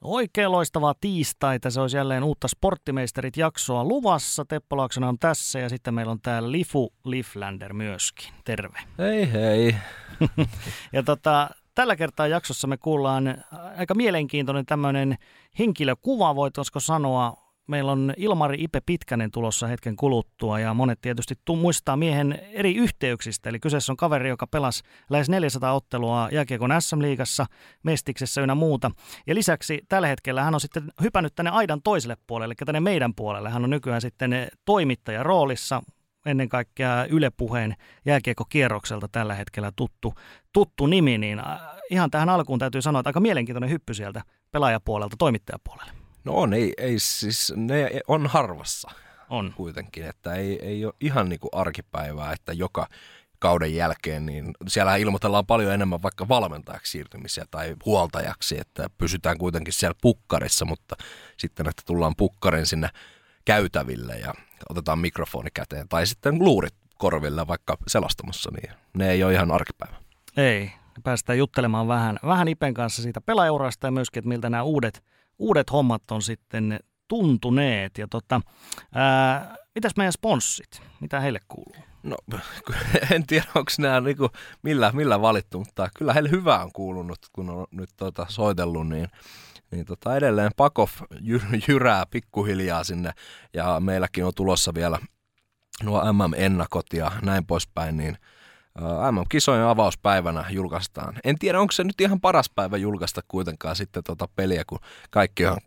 Oikein loistavaa tiistaita. Se olisi jälleen uutta Sporttimeisterit-jaksoa luvassa. Teppo Laaksonen on tässä ja sitten meillä on täällä Lifu Liflander myöskin. Terve. Hei hei. Ja tällä kertaa jaksossa me kuullaan aika mielenkiintoinen tämmöinen henkilökuva, voitaisiko sanoa. Meillä on Ilmari Ipe Pitkänen tulossa hetken kuluttua ja monet tietysti muistaa miehen eri yhteyksistä. Eli kyseessä on kaveri, joka pelasi lähes 400 ottelua jääkiekon SM-liigassa, Mestiksessä ynnä muuta. Ja lisäksi tällä hetkellä hän on sitten hypännyt tänne aidan toiselle puolelle, eli tänne meidän puolelle. Hän on nykyään sitten toimittajan roolissa, ennen kaikkea Yle Puheen jääkiekkokierrokselta tällä hetkellä tuttu nimi. Niin ihan tähän alkuun täytyy sanoa, että aika mielenkiintoinen hyppy sieltä pelaajapuolelta toimittajapuolelle. No on, ei siis, ne on harvassa on kuitenkin, että ei ole ihan niin kuin arkipäivää, että joka kauden jälkeen, niin siellä ilmoitellaan paljon enemmän vaikka valmentajaksi siirtymisiä tai huoltajaksi, että pysytään kuitenkin siellä pukkarissa, mutta sitten, että tullaan pukkarin sinne käytäville ja otetaan mikrofoni käteen tai sitten luurit korville vaikka selastamassa, niin ne ei ole ihan arkipäivä. Ei, päästään juttelemaan vähän Ipen kanssa siitä pelaajaurasta ja myöskin, että miltä nämä uudet hommat on sitten tuntuneet. Ja mitäs meidän sponssit? Mitä heille kuuluu? No en tiedä, onko nämä niinku millä valittu, mutta kyllä heille hyvää on kuulunut, kun on nyt soitellut, niin edelleen Pakoff jyrää pikkuhiljaa sinne ja meilläkin on tulossa vielä nuo MM-ennakot ja näin poispäin, niin MM-kisojen avauspäivänä julkaistaan. En tiedä, onko se nyt ihan paras päivä julkaista kuitenkaan sitten peliä, kun kaikki on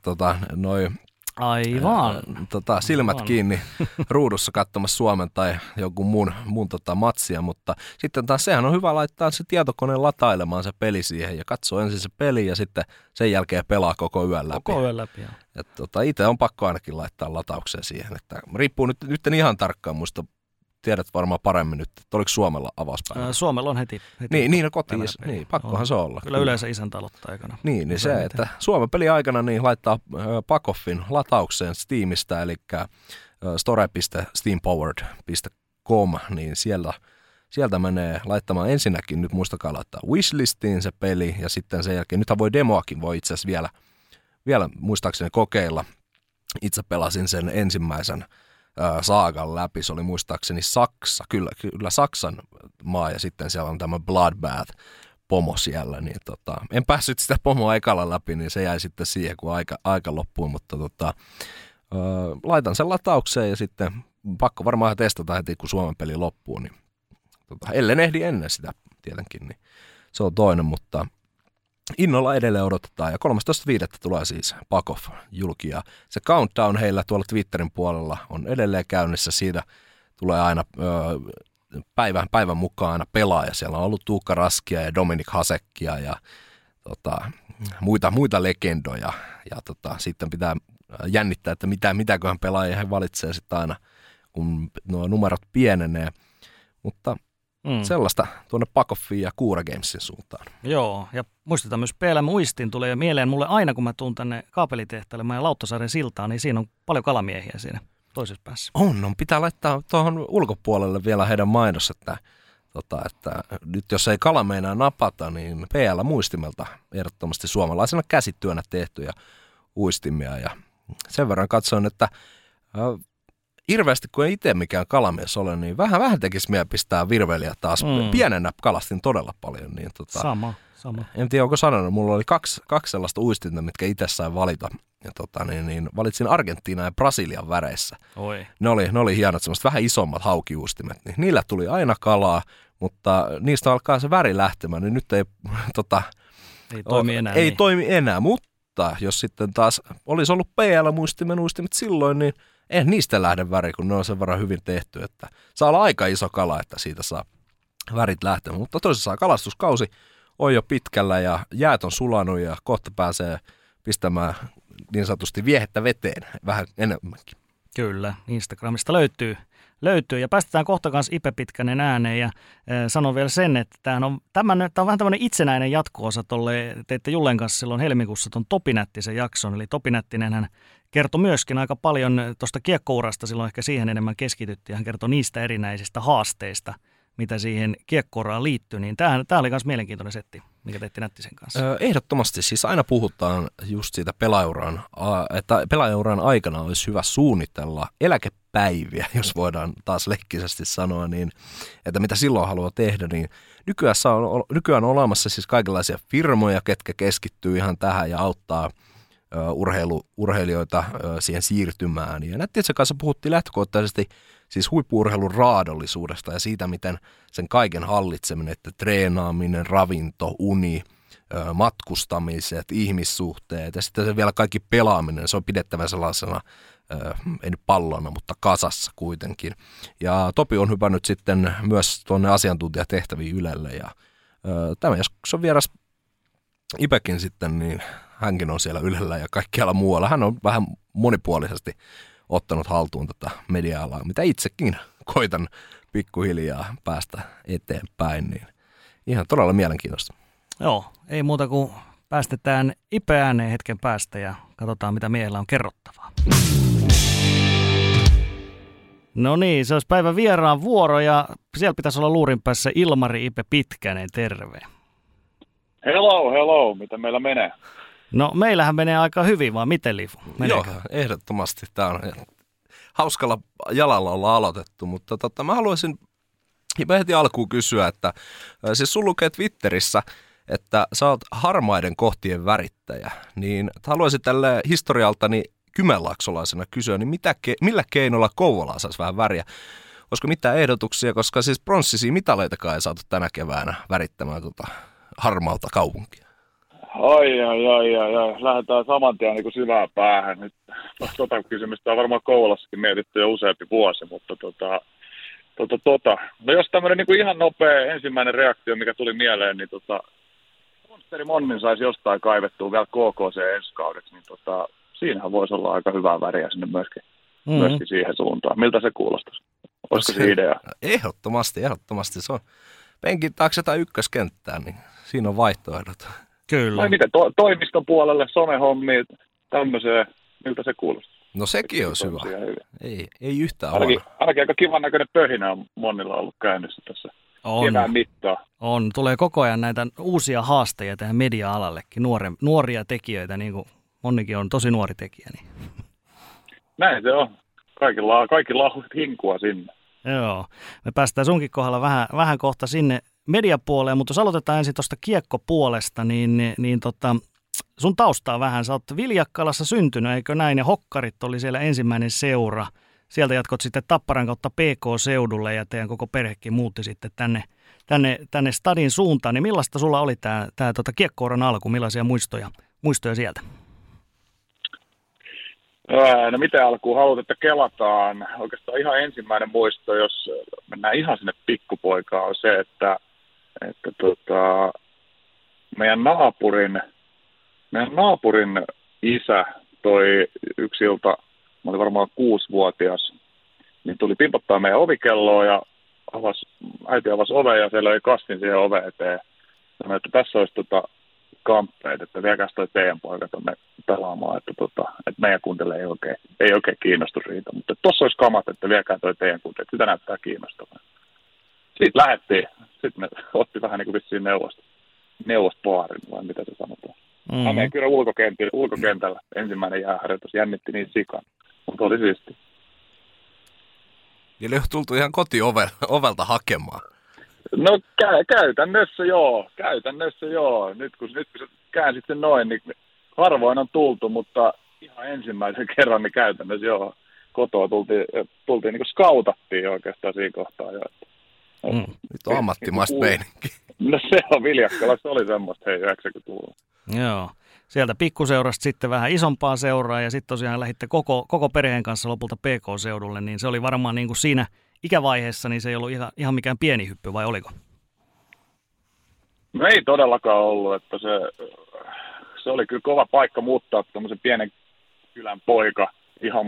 aivan silmät kiinni ruudussa katsomassa Suomen tai jonkun muun matsia, mutta sitten taas sehän on hyvä laittaa se tietokone latailemaan se peli siihen ja katsoo ensin se peli ja sitten sen jälkeen pelaa koko yön läpi. Koko yön läpi, joo. Itse on pakko ainakin laittaa lataukseen siihen, että riippuu nyt en ihan tarkkaan muista. Tiedät varmaan paremmin nyt, että oliko Suomella avauspäivä? Suomella on heti niin kotiin, niin, pakkohan se olla. Kyllä yleensä isäntä aloittaa aikana. Niin se, että Suomen peli aikana niin laittaa Pakoffin lataukseen Steamista, eli store.steampowered.com, niin sieltä menee laittamaan ensinnäkin, nyt muistakaa laittaa wishlistiin se peli, ja sitten sen jälkeen, nythän demoakin voi itse asiassa vielä muistaakseni kokeilla. Itse pelasin sen ensimmäisen saagan läpi, se oli muistaakseni Saksa, kyllä Saksan maa ja sitten siellä on tämä Bloodbath-pomo siellä, niin en päässyt sitä pomoa ekalla läpi, niin se jäi sitten siihen, kun aika loppui, mutta laitan sen lataukseen ja sitten pakko varmaan testata heti, kun Suomen peli loppuu, niin ellen ehdi ennen sitä tietenkin, niin se on toinen, mutta innolla edelleen odotetaan ja 13.5. tulee siis Pakoff julki ja se countdown heillä tuolla Twitterin puolella on edelleen käynnissä. Siitä tulee aina päivän mukaan aina pelaaja. Siellä on ollut Tuukka Raskia ja Dominik Hasekkia ja muita legendoja ja sitten pitää jännittää, että mitäköhän pelaajia he valitsee sitten aina, kun nuo numerot pienenee, mutta sellaista tuonne Pakoffiin ja Kuura Gamesin suuntaan. Joo, ja muistetaan myös PLM Uistin tulee mieleen mulle aina, kun mä tuun tänne kaapelitehtaalle ja Lauttasaaren siltaan, niin siinä on paljon kalamiehiä siinä toisessa päässä. Pitää laittaa tuohon ulkopuolelle vielä heidän mainos, että nyt jos ei kala meinaa napata, niin PLM Uistimelta ehdottomasti suomalaisena käsityönä tehtyjä uistimia, ja sen verran katsoin, että hirveästi, kun ei itse mikään kalamies ole, niin vähän tekisi mieli pistää virveliä taas. Pienenä kalastin todella paljon. Niin Sama. En tiedä, onko sanonut. Mulla oli kaksi sellaista uistinta, mitkä itse sain valita. Ja niin valitsin Argentiina ja Brasilian väreissä. Oi. Ne oli hienot, semmoiset vähän isommat haukiuistimet. Niin niillä tuli aina kalaa, mutta niistä alkaa se väri lähtemään. Niin nyt ei toimi enää. Mutta jos sitten taas olisi ollut PL-uistimet silloin, niin en niistä lähde väri, kun ne on sen verran hyvin tehty, että saa olla aika iso kala, että siitä saa värit lähtemään. Mutta toisaalta kalastuskausi on jo pitkällä ja jäät on sulanut ja kohta pääsee pistämään niin sanotusti viehettä veteen vähän enemmänkin. Kyllä, Instagramista löytyy ja päästetään kohta kanssa Ipe Pitkänen ääneen ja sanon vielä sen, että tämä on vähän tämmöinen itsenäinen jatko-osa tolle, teitte Jullen kanssa silloin helmikuussa tuon Topinättisen jakson, eli Topinättinen hän kertoi myöskin aika paljon tuosta kiekkourasta, silloin ehkä siihen enemmän keskityttiin, hän kertoi niistä erinäisistä haasteista, mitä siihen kiekkouraan liittyy, niin tämä oli myös mielenkiintoinen setti, mikä teitte Nättisen kanssa? Ehdottomasti, siis aina puhutaan just siitä että pelaajuran aikana olisi hyvä suunnitella eläkepäiviä, jos voidaan taas leikkisesti sanoa, niin että mitä silloin haluaa tehdä, niin nykyään on olemassa siis kaikenlaisia firmoja, ketkä keskittyy ihan tähän ja auttaa urheilijoita siihen siirtymään. Ja Nättisen kanssa puhuttiin lähtökohtaisesti siis huippu-urheilun raadollisuudesta ja siitä, miten sen kaiken hallitseminen, että treenaaminen, ravinto, uni, matkustamiset, ihmissuhteet ja sitten se vielä kaikki pelaaminen, se on pidettävä sellaisena, ei nyt pallona, mutta kasassa kuitenkin. Ja Topi on hypännyt sitten myös tuonne asiantuntijatehtäviin Ylelle ja tämä jakson vieras Ipekin sitten, niin hänkin on siellä Ylellä ja kaikkialla muualla. Hän on vähän monipuolisesti ottanut haltuun tätä media-alaa, mitä itsekin koitan pikkuhiljaa päästä eteenpäin, niin ihan todella mielenkiintoista. Joo, ei muuta kuin päästetään Ipe ääneen hetken päästä ja katsotaan, mitä miehellä on kerrottavaa. No niin, se olisi päivän vieraan vuoro ja siellä pitäisi olla luurin päässä Ilmari Ipe Pitkänen, terve. Hello, mitä meillä menee? No meillähän menee aika hyvin, vaan miten Lifu? Meneekö? Joo, ehdottomasti. Tämä on hauskalla jalalla olla aloitettu, mutta mä haluaisin heti alkuun kysyä, että siis sun lukee Twitterissä, että sä oot harmaiden kohtien värittäjä, niin haluaisin tälle historialtani kymenlaaksolaisena kysyä, niin millä keinoilla Kouvolaa saisi vähän väriä? Olisiko mitään ehdotuksia, koska siis pronssisia mitaleitakaan ei saatu tänä keväänä värittämään harmaalta kaupunkia? Ai. Lähdetään saman tien niin syvään päähän. Nyt kysymystä on varmaan Kouvolassakin mietitty jo useampi vuosi, mutta No jos tämmöinen niin ihan nopea ensimmäinen reaktio, mikä tuli mieleen, niin Monsteri Monnin saisi jostain kaivettua vielä KKC ensi kaudeksi, niin siinähän voisi olla aika hyvää väriä sinne myöskin siihen suuntaan. Miltä se kuulostaisi? Olisiko se idea? Ehdottomasti. Se on penkin taakse tai ykköskenttään, niin siinä on vaihtoehdot. Kyllä. No miten toimiston puolelle, somehommiin, tämmöiseen, miltä se kuulostaa? No sekin on hyvä. Ei yhtään ainakin aika kivan näköinen pöhinä on Monnilla ollut käynnissä tässä kevään mittaan. On. Tulee koko ajan näitä uusia haasteja tähän media-alallekin, nuoria tekijöitä, niin kuin Monnikin on tosi nuori tekijä. Niin. Näin se on. Kaikilla on hinkua sinne. Joo. Me päästään sunkin kohdalla vähän kohta sinne mediapuoleen, mutta jos aloitetaan ensin tuosta kiekkopuolesta, niin sun taustaa vähän. Sä oot Viljakkalassa syntynyt, eikö näin? Ja Hokkarit oli siellä ensimmäinen seura. Sieltä jatkot sitten Tapparan kautta PK-seudulle ja teidän koko perhekin muutti sitten tänne stadin suuntaan. Niin millaista sulla oli tämä kiekkouran alku? Millaisia muistoja sieltä? No miten alkuun haluat, että kelataan? Oikeastaan ihan ensimmäinen muisto, jos mennään ihan sinne pikkupoikaan, on se, että meidän naapurin isä toi yksi ilta, mä olin varmaan 6-vuotias, niin tuli pimpottaa meidän ovikelloa ja äiti avasi oven ja siellä oli kastin siihen oven eteen. Sanoi, että tässä olisi kamppeet, että viekääs toi teidän poika tonne pelaamaan, että meidän kuntille ei oikein kiinnostu riitä, mutta tuossa olisi kamat, että viekää toi teidän kuntille, että sitä näyttää kiinnostavaa. Siitä lähdettiin, sitten ne otti vähän niin kuin vissiin neuvospaarin, vai mitä se sanotaan. Hämeen kyllä ulkokentällä ensimmäinen jääharjoitus jännitti niin sikan, mutta oli siisti. Eli on tultu ihan kotiovelta hakemaan. No käytännössä joo. Nyt kun sä käänsit sen noin, niin harvoin on tultu, mutta ihan ensimmäisen kerran niin käytännössä joo. Kotoa tultiin niin kuin skautattiin oikeastaan siinä kohtaa jo. Nyt on ammattimaista meininkiä. No se on Viljakkalassa, oli semmoista 90-luvulla. Joo. Sieltä pikkuseurasta sitten vähän isompaa seuraa ja sitten tosiaan lähditte koko perheen kanssa lopulta PK-seudulle, niin se oli varmaan niin kuin siinä ikävaiheessa, niin se ei ollut ihan mikään pieni hyppy, vai oliko? No ei todellakaan ollut, että se oli kyllä kova paikka muuttaa tämmöisen pienen kylän poika, ihan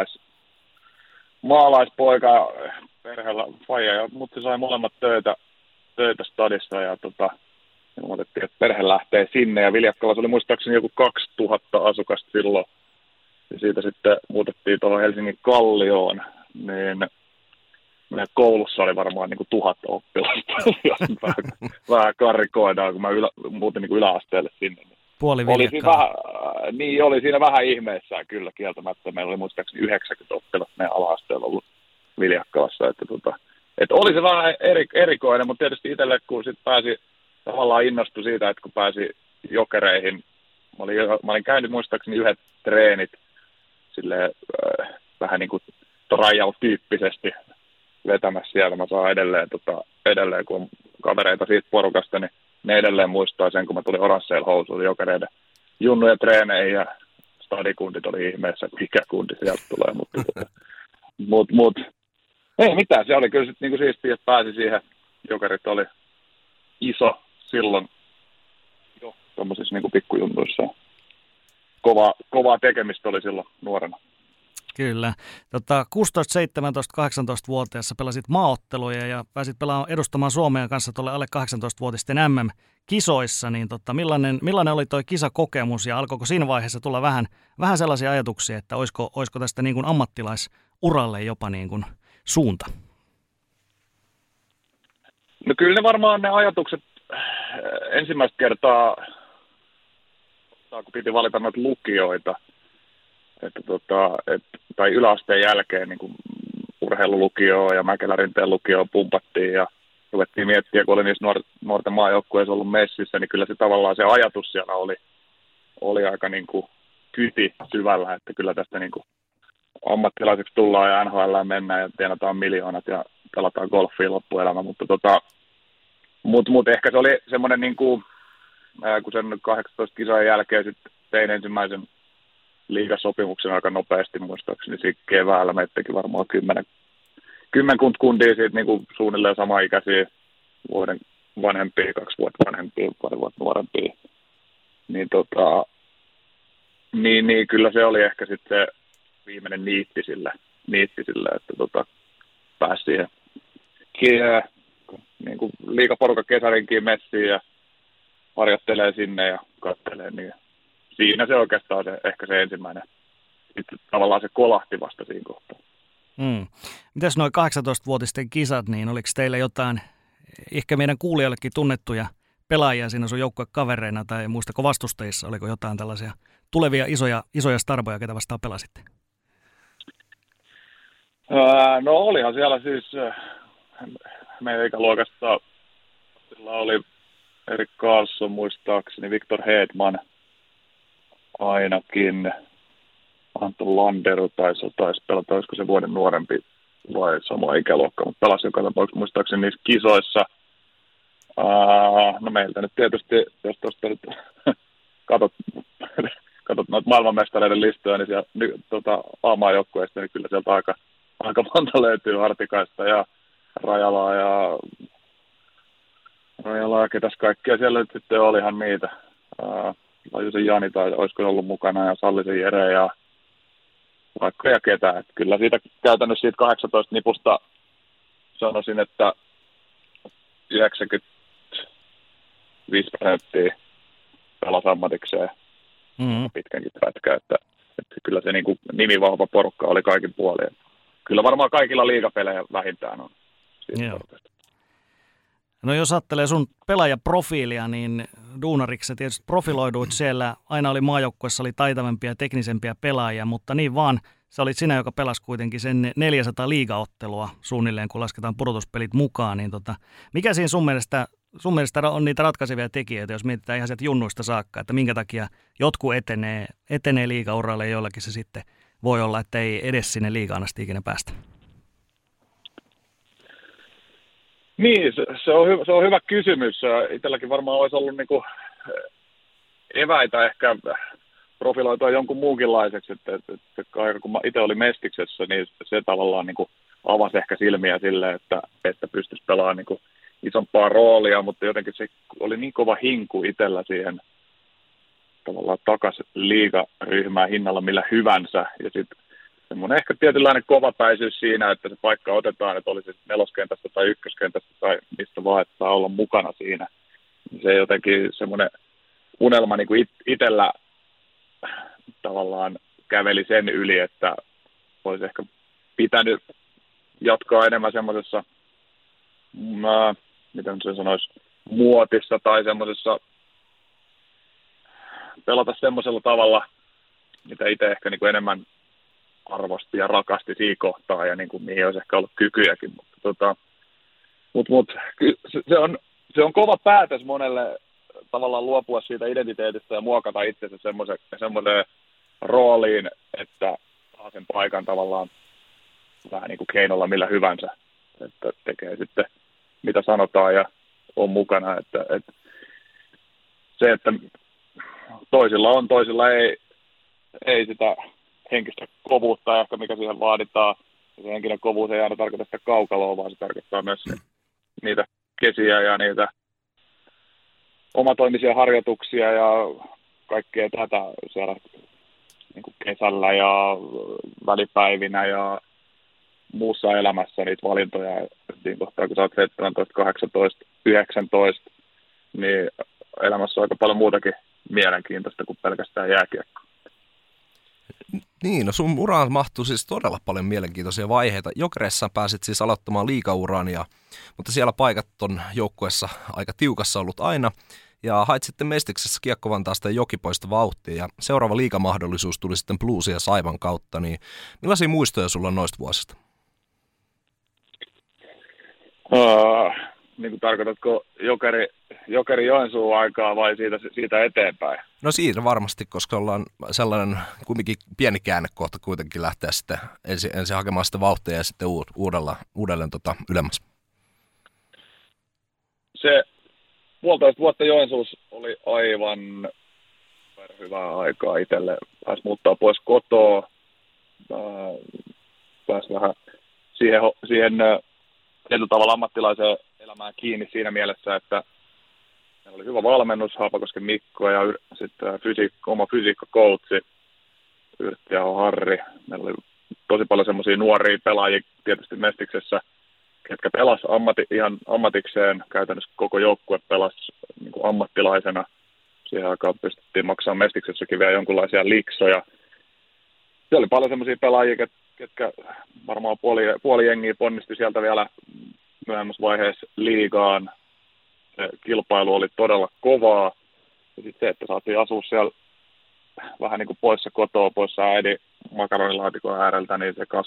maalaispoika perheellä faija, ja mutsi sai molemmat töitä stadissa ja ilmoitettiin, että perhe lähtee sinne ja Viljakkalassa oli muistaakseni joku 2000 asukasta silloin ja siitä sitten muutettiin tuohon Helsingin Kallioon, niin meidän koulussa oli varmaan niin kuin 1000 oppilasta, jos vähän karikoidaan, kun mä muutin niin kuin yläasteelle sinne. Puoli viljakkaa. Oli siinä vähän ihmeissään kyllä kieltämättä. Meillä oli muistaakseni 90 oppilasta meidän ala-asteella ollut Viljakkalassa. Että oli se vähän erikoinen, mutta tietysti itselle kun sit pääsi tavallaan innostui siitä, että kun pääsi Jokereihin. Mä olin käynyt muistaakseni yhdet treenit silleen, vähän niin kuin trial-tyyppisesti vetämässä siellä. Mä saan edelleen, kun on kavereita siitä porukasta, niin ne edelleen muistaa sen, kun mä tulin oransseilla housuilla Jokereiden junnuja treeneihin ja stadikundit oli ihmeessä, mikä kundi sieltä tulee. Mutta ei mitään, se oli kyllä sitten niinku siistiä, että pääsi siihen. Jokerit oli iso silloin jo tommosissa niinku pikkujunnuissa. Kovaa tekemistä oli silloin nuorena. Kyllä. 16, 17, 18-vuotiaassa pelasit maaotteluja ja pääsit edustamaan Suomea kanssa tuolle alle 18-vuotisten MM-kisoissa. Niin millainen oli tuo kisakokemus ja alkoiko siinä vaiheessa tulla vähän sellaisia ajatuksia, että olisiko tästä niin kuin ammattilaisuralle jopa niin kuin suunta? No kyllä ne varmaan ne ajatukset ensimmäistä kertaa, kun piti valita noita lukijoita, tai yläasteen jälkeen niin kuin urheilulukioon ja Mäkelärinteen lukioon pumpattiin ja ruvettiin miettiä, kun oli niissä nuorten maajoukkueissa ollut messissä, niin kyllä se tavallaan se ajatus siellä oli aika niin kuin kyti syvällä, että kyllä tästä niin kuin ammattilaiseksi tullaan ja NHL mennään ja tienataan miljoonat ja pelataan golfia loppuelämä, mutta ehkä se oli semmoinen, niin kuin, kun sen 18 kisojen jälkeen sitten tein ensimmäisen liigasopimuksen aika nopeasti, muistaakseni siinä keväällä meittekin varmaan 10 kundia siitä niin kuin suunnilleen samaikäisiä, vuoden vanhempia, 2 vuotta vanhempia, pari vuotta nuorempia. Niin kyllä se oli ehkä sitten se viimeinen niitti sille että pääsi siihen niin kuin liigaporukan kesärinkiin messiin ja harjoittelee sinne ja katselee, niin siinä se oikeastaan ehkä se ensimmäinen. Sitten tavallaan se kolahti vasta siinä kohtaa. Mitäs noin 18-vuotisten kisat, niin oliko teillä jotain, ehkä meidän kuulijoillekin tunnettuja pelaajia siinä sun joukkuekavereina tai muistako vastustajissa, oliko jotain tällaisia tulevia isoja starboja, ketä vastaan pelasitte? No olihan siellä siis meidän ikäluokasta sillä oli Erik Karlsson muistaakseni, Victor Hedman ainakin, Anton Landeru taisi pelata, olisiko se vuoden nuorempi vai sama ikäluokka, mutta pelasi joka tapauksessa muistaakseni niissä kisoissa. No meiltä nyt tietysti, jos tuosta nyt katot noita maailmanmestareiden listoja, niin siellä A-maajoukkueista, niin kyllä sieltä aika monta löytyy Hartikaista ja Rajalaa ja ketäs kaikkia siellä nyt sitten olihan niitä. Lajusen Jani tai olisiko ollut mukana ja Sallisen Jere ja vaikka ja ketä. Että kyllä siitä käytännössä siitä 18 nipusta sanoisin, että 95% pelasi ammatikseen pitkänkin pätkää. Että kyllä se niin kuin nimivahva porukka oli kaikin puolin. Kyllä varmaan kaikilla liigapelejä vähintään on siitä porukasta. No jos ajattelee sun pelaajaprofiilia, niin duunariksi tietysti profiloiduit siellä. Aina oli maajoukkueessa oli taitavampia ja teknisempiä pelaajia, mutta niin vaan sä olit sinä, joka pelasi kuitenkin sen 400 liigaottelua suunnilleen, kun lasketaan pudotuspelit mukaan. Niin mikä siinä sun mielestä on niitä ratkaisevia tekijöitä, jos mietitään ihan sieltä junnuista saakka, että minkä takia jotkut etenee liigauralle ja joillakin se sitten voi olla, että ei edes sinne liigaan asti ikinä päästä? Niin, se on hyvä kysymys. Itselläkin varmaan olisi ollut niinku eväitä ehkä profiloitua jonkun muunkinlaiseksi, että kun mä itse olin Mestiksessä, niin se tavallaan niinku avasi ehkä silmiä sille, että pystyisi pelaamaan niinku isompaa roolia, mutta jotenkin se oli niin kova hinku itsellä siihen tavallaan takaisin liigaryhmään hinnalla millä hyvänsä, ja sitten semmoinen ehkä tietynlainen kovapäisyys siinä, että se paikka otetaan, että olisi neloskentästä tai ykköskentästä tai mistä vaan, että saa olla mukana siinä. Se jotenkin semmoinen unelma niin kuin itsellä tavallaan käveli sen yli, että olisi ehkä pitänyt jatkaa enemmän semmoisessa, miten se sanoisi, muotissa tai semmoisessa, pelata semmoisella tavalla, mitä itse ehkä niin kuin enemmän arvosti ja rakasti siinä kohtaa ja niin kuin, mihin olisi ehkä ollut kykyjäkin. Mutta se on kova päätös monelle tavallaan luopua siitä identiteetistä ja muokata itsensä semmoiseen rooliin, että saa sen paikan tavallaan vähän niin kuin keinolla millä hyvänsä, että tekee sitten mitä sanotaan ja on mukana, että se, että toisilla ei sitä henkistä kovuutta ehkä mikä siihen vaaditaan. Se henkinen kovuus ei aina tarkoita sitä kaukaloa, vaan se tarkoittaa myös niitä kesiä ja niitä omatoimisia harjoituksia ja kaikkea tätä siellä niin kuin kesällä ja välipäivinä ja muussa elämässä niitä valintoja. Siinä kohtaa, kun sä oot 17, 18, 19, niin elämässä on aika paljon muutakin mielenkiintoista kuin pelkästään jääkiekko. Niin, no sun uraan mahtuu siis todella paljon mielenkiintoisia vaiheita. Jokereissa pääsit siis aloittamaan liigauran, mutta siellä paikat on joukkueessa aika tiukassa ollut aina. Ja hait sitten Mestiksessä Kiekko Vantaasta Jokipoista vauhtia ja seuraava liigamahdollisuus tuli sitten Bluesin ja Saipan kautta. Niin millaisia muistoja sulla on noista vuosista? Niin kuin tarkoitatko Jokeri Joensuun aikaa vai siitä eteenpäin? No siitä varmasti, koska ollaan sellainen kuitenkin pieni käännekohta kuitenkin lähteä sitten ensin hakemaan sitä vauhtia ja sitten uudelleen ylemmäs. Se 1,5 vuotta Joensuussa oli aivan hyvää aikaa itselle. Pääsi muuttaa pois kotoa, pääsi vähän siihen tietyllä tavalla ammattilaiseen elämään kiinni siinä mielessä, että meillä oli hyvä valmennus, Haapakosken Mikko ja sitten oma fysiikkakoutsi, Yrttiaho Harri. Meillä oli tosi paljon semmoisia nuoria pelaajia tietysti Mestiksessä, ketkä pelasi ihan ammatikseen. Käytännössä koko joukkue pelasi niin kuin ammattilaisena. Siihen aikaan pystyttiin maksamaan Mestiksessäkin vielä jonkinlaisia liksoja. Se oli paljon semmoisia pelaajia, ketkä varmaan puoli jengiä ponnisti sieltä vielä myöhemmässä vaiheessa liigaan. Se kilpailu oli todella kovaa. Ja sitten se, että saatiin asua siellä vähän niin kuin poissa kotoa, poissa äidin makaronilaatikon ääreltä, niin se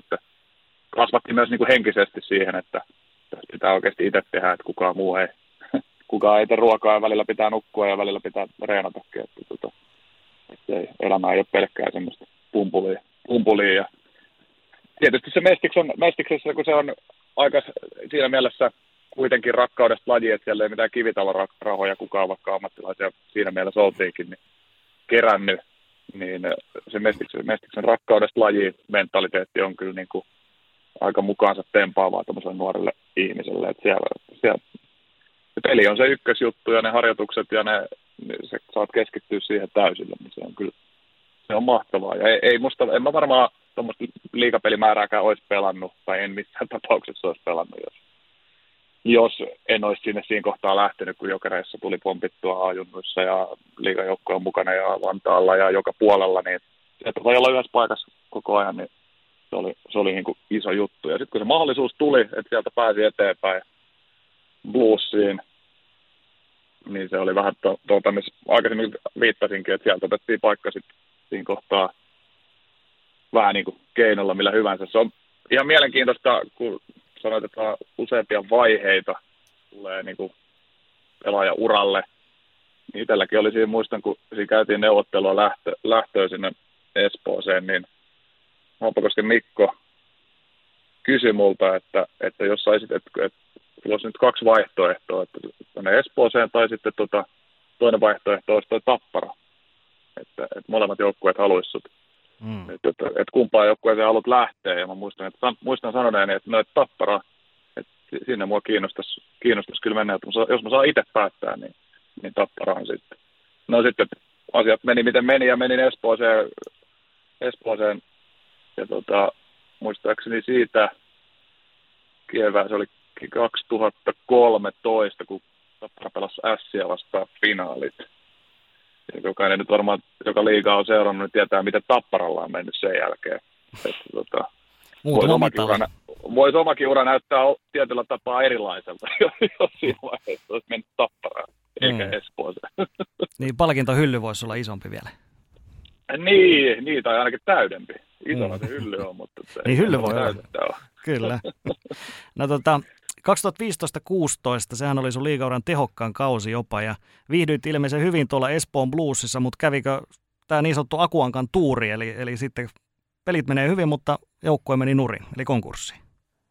kasvatti myös niin kuin henkisesti siihen, että tässä pitää oikeasti itse tehdä, että kukaan ei tee ruokaa ja välillä pitää nukkua ja välillä pitää reenatakin. Että elämä ei ole pelkkää semmoista pumpulia. Ja tietysti se Mestiksessä, kun se on aika siinä mielessä kuitenkin rakkaudesta laji, että siellä ei mitään kivitalorahoja kukaan, vaikka ammattilaisia siinä mielessä oltiinkin, niin kerännyt, niin se Mestiksen rakkaudesta laji mentaliteetti on kyllä niin kuin aika mukaansa tempaavaa tämmöiselle nuorelle ihmiselle. Että siellä se peli on se ykkösjuttu ja ne harjoitukset ja sä saat keskittyä siihen täysillä, niin se on kyllä se on mahtavaa. Ja en mä varmaan tuommoista liigapelimäärääkään olisi pelannut, tai en missään tapauksessa olisi pelannut, jos en olisi siinä kohtaa lähtenyt, kun Jokereissa tuli pompittua A-junnuissa ja liigajoukkoja on mukana ja Vantaalla ja joka puolella, niin että voi olla yhdessä paikassa koko ajan, niin se oli niin kuin iso juttu. Ja sitten kun se mahdollisuus tuli, että sieltä pääsi eteenpäin Bluesiin, niin se oli vähän missä aikaisemmin viittasinkin, että sieltä otettiin paikka sitten siinä kohtaa vähän niin kuin keinolla millä hyvänsä. Se on ihan mielenkiintoista, kun sanoit, että useampia vaiheita tulee niin kuin pelaajan uralle. Niin itselläkin oli siinä, muistan, kun siinä käytiin neuvottelua lähtöä sinne Espooseen, niin Haapakosken Mikko kysyi multa, että jos saisit, että olisi nyt 2 vaihtoehtoa, että tuonne Espooseen tai sitten toinen vaihtoehto olisi tuo Tappara. Että molemmat joukkueet haluaisivat. Että kumpaan joukkueeseen haluat lähteä. Ja mä muistan sanoneeni, että Tappara, että sinne mua kiinnostaisi kyllä mennä. Että jos mä saan itse päättää, niin Tapparaan sitten. No sitten asiat meni miten meni ja menin Espooseen ja muistaakseni siitä kevää, se oli 2013, kun Tappara pelasi Ässiä vastaan finaalit. Ja jokainen nyt varmaan, joka liigaa on seurannut, niin tietää, miten Tapparalla on mennyt sen jälkeen. voisi omakin ura näyttää tietyllä tapaa erilaiselta, jos siinä vaiheessa olisi mennyt Tapparaan, eikä Espooseen. Niin palkintohylly voisi olla isompi vielä. Niin, tai ainakin täydempi. Isolla se hylly on, mutta... Niin hylly voi olla. Kyllä. No 2015-16, sehän oli sun liigauran tehokkaan kausi jopa, ja viihdyit ilmeisen hyvin tuolla Espoon Bluesissa, mutta kävikö tämä niin sanottu Akuankan tuuri, eli sitten pelit menee hyvin, mutta joukkue meni nurin, eli konkurssiin?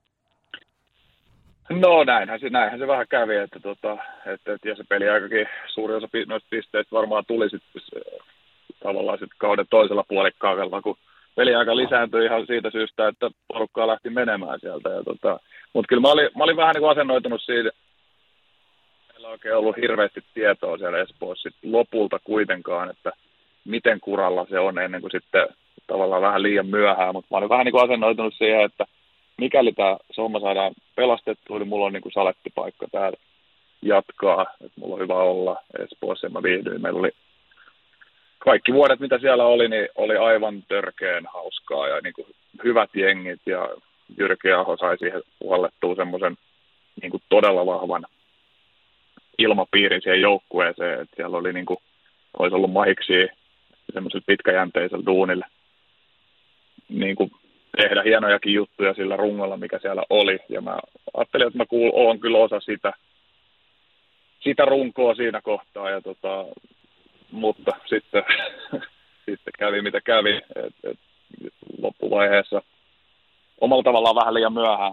No näinhän se vähän kävi, että ja se peli aikakin suuri osa noista pisteistä varmaan tuli sitten tavallaan sit kauden toisella puolikkaalla, kun peliaika lisääntyi ihan siitä syystä, että porukkaa lähti menemään sieltä. Mutta kyllä mä olin vähän niin kuin asennoitunut siitä, meillä on oikein ollut hirveästi tietoa siellä Espoossa lopulta kuitenkaan, että miten kuralla se on ennen kuin sitten tavallaan vähän liian myöhään. Mutta mä olin vähän niin kuin asennoitunut siihen, että mikäli tämä homma saadaan pelastettua, niin mulla on niin kuin salettipaikka täällä jatkaa. Että mulla on hyvä olla Espoossa ja mä viihdyin. Meillä oli kaikki vuodet, mitä siellä oli, niin oli aivan törkeän hauskaa ja niin kuin hyvät jengit ja Jyrki Aho sai siihen puhallettua semmoisen niin kuin todella vahvan ilmapiirin siihen joukkueeseen, että siellä oli niin kuin, olisi ollut mahiksi semmoiselle pitkäjänteiselle duunille niin kuin tehdä hienojakin juttuja sillä rungolla, mikä siellä oli. Ja mä ajattelin, että mä olen kyllä osa sitä runkoa siinä kohtaa. Mutta sitten kävi mitä kävi. Et loppuvaiheessa omalla tavallaan vähän liian myöhään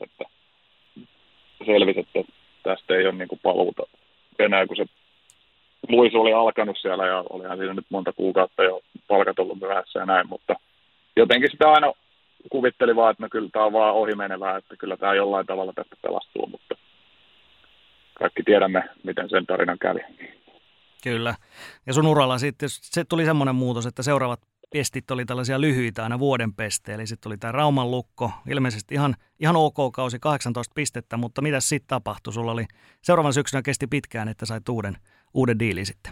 selvisi, että tästä ei ole niin kuin paluuta enää, kun se luisu oli alkanut siellä ja olihan siinä nyt monta kuukautta jo palkat ollut myöhässä ja näin, mutta jotenkin sitä aina kuvitteli vaan, että no kyllä tämä on vaan ohimenevää, että kyllä tämä jollain tavalla tästä pelastuu, mutta kaikki tiedämme, miten sen tarinan kävi. Kyllä. Ja sun uralla sitten se tuli semmoinen muutos, että seuraavat pestit oli tällaisia lyhyitä aina vuoden pestejä, eli sitten oli tämä Rauman Lukko, ilmeisesti ihan ok kausi, 18 pistettä, mutta mitä sitten tapahtui? Sulla oli seuraavan syksynä kesti pitkään, että sait uuden diilin sitten.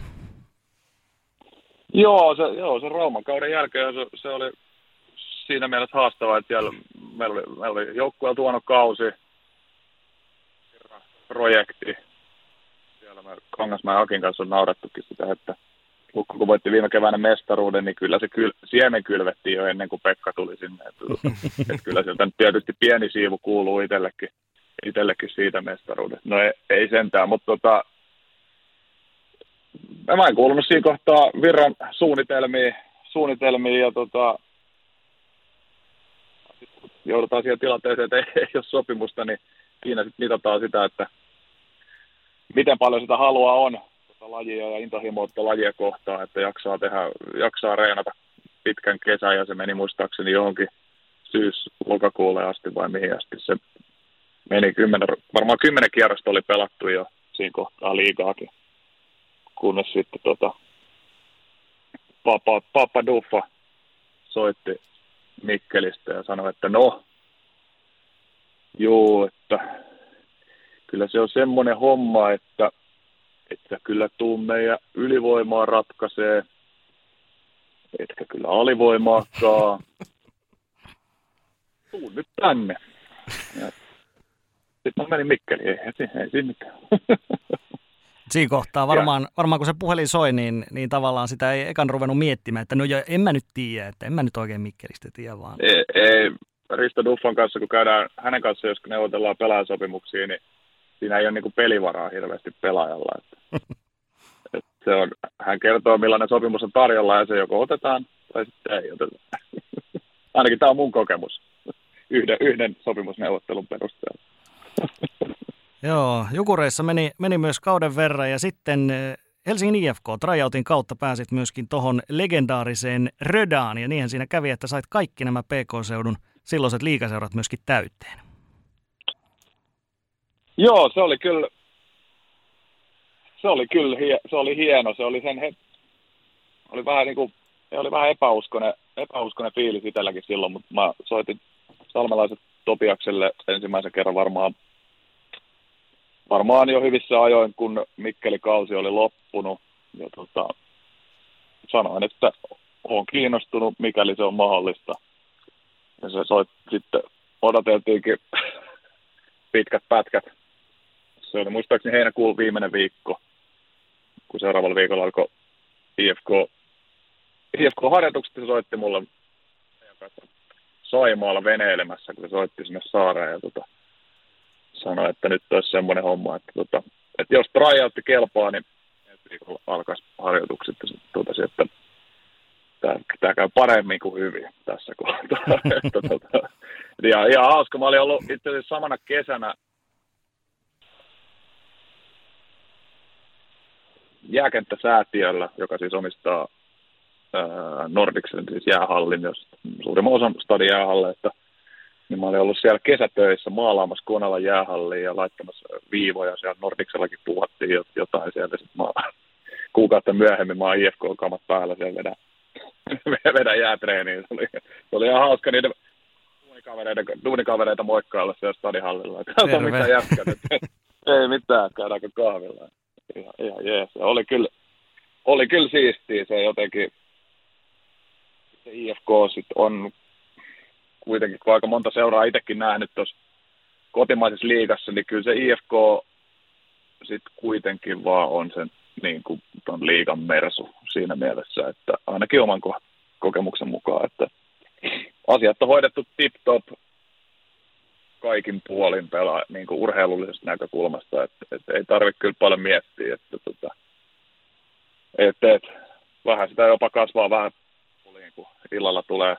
Joo, se Rauman kauden jälkeen se oli siinä mielessä haastavaa, että siellä meillä oli joukkueella tuonut kausi, projekti. Siellä me Kangasmäen Akin kanssa on naurattukin sitä, että Lukko kun voitti viime keväänä mestaruuden, niin kyllä se siemen kylvettiin jo ennen kuin Pekka tuli sinne. Että kyllä sieltä nyt tietysti pieni siivu kuuluu itsellekin siitä mestaruudesta. No ei sentään, mutta mä en kuulunut siinä kohtaa Virran suunnitelmiin ja joudutaan siihen tilanteeseen, että ei ole sopimusta, niin siinä sitten mitataan sitä, että miten paljon sitä halua on lajia ja intohimoa lajia kohtaan, että jaksaa reenata pitkän kesän ja se meni muistaakseni johonkin syys-lokakuulle asti vai mihin asti se meni. Varmaan 10 kierrosta oli pelattu jo siinä kohtaa liigaakin, kunnes sitten Papa Duffa soitti Mikkelistä ja sanoi, että että kyllä se on semmoinen homma, että kyllä tuu meidän ylivoimaa ratkaisee, etkä kyllä alivoimaakaan. Tuu nyt tänne. Sitten mä menin Mikkeliin, ei siinä mitään. Siinä kohtaa varmaan kun se puhelin soi, niin tavallaan sitä ei ekan ruvennut miettimään, että no en mä nyt tiedä, että en mä nyt oikein Mikkelistä tiedä vaan. Ei. Risto Duffan kanssa, kun käydään hänen kanssa, jos neuvotellaan pelaajasopimuksia, niin siinä ei ole niin pelivaraa hirveästi pelaajalla. Että se on, hän kertoo, millainen sopimus on tarjolla ja se joko otetaan tai sitten ei oteta. Ainakin tämä on mun kokemus yhden sopimusneuvottelun perusteella. Joo, Jukureissa meni myös kauden verran ja sitten Helsingin IFK tryoutin kautta pääsit myöskin tuohon legendaariseen Rödaan ja niinhän siinä kävi, että sait kaikki nämä PK-seudun silloiset liigaseurat myöskin täyteen. Joo, se oli hieno. Se oli oli vähän niin kuin, oli vähän epäuskonen fiilis itselläkin silloin, mutta mä soitin salmelaiset Topiakselle ensimmäisen kerran varmaan jo hyvissä ajoin, kun Mikkeli-kausi oli loppunut. Ja sanoin, että olen kiinnostunut, mikäli se on mahdollista. Ja se sitten odoteltiinkin pitkät pätkät. Se oli muistaakseni heinäkuun viimeinen viikko, kun seuraavalla viikolla alkoi IFK-harjoitukset. Se soitti mulle Saimaalla veneilemässä, kun se soitti sinne saareen ja sanoi, että nyt olisi semmoinen homma, että jos tryoutti kelpaa, niin ensi viikolla alkaisi harjoitukset. Totesi, että tämä käy paremmin kuin hyvin tässä kohtaa. Ja ihan hauska. Mä olin ollut itse asiassa samana kesänä jääkenttäsäätiöllä, joka siis omistaa Nordicsen, siis jäähallin, jos suurimman osan stadin jäähalleista. Niin mä olin ollut siellä kesätöissä maalaamassa Konalan jäähalliin ja laittamassa viivoja. Siellä Nordicsellakin puhuttiin jotain sieltä. Sitten kuukautta myöhemmin mä oon IFK-kamat päällä siellä vedän jäätreeniin. Se oli ihan hauska niiden duunikavereita moikkailla siellä stadihallilla. Katso mitä jätkät. Ei mitään, käydäänkö kahvilla. Ihan jees. Oli kyllä siistiä se jotenkin. Se IFK sit on kuitenkin, kun aika monta seuraa itsekin nähnyt tuossa kotimaisessa liigassa, niin kyllä se IFK sitten kuitenkin vaan on sen niin kuin ton liigan mersu siinä mielessä, että ainakin oman kokemuksen mukaan, että asiat on hoidettu tip-top kaikin puolin niin kuin urheilullisesta näkökulmasta, että ei tarvitse kyllä paljon miettiä, että vähän sitä jopa kasvaa vähän, kun illalla tulee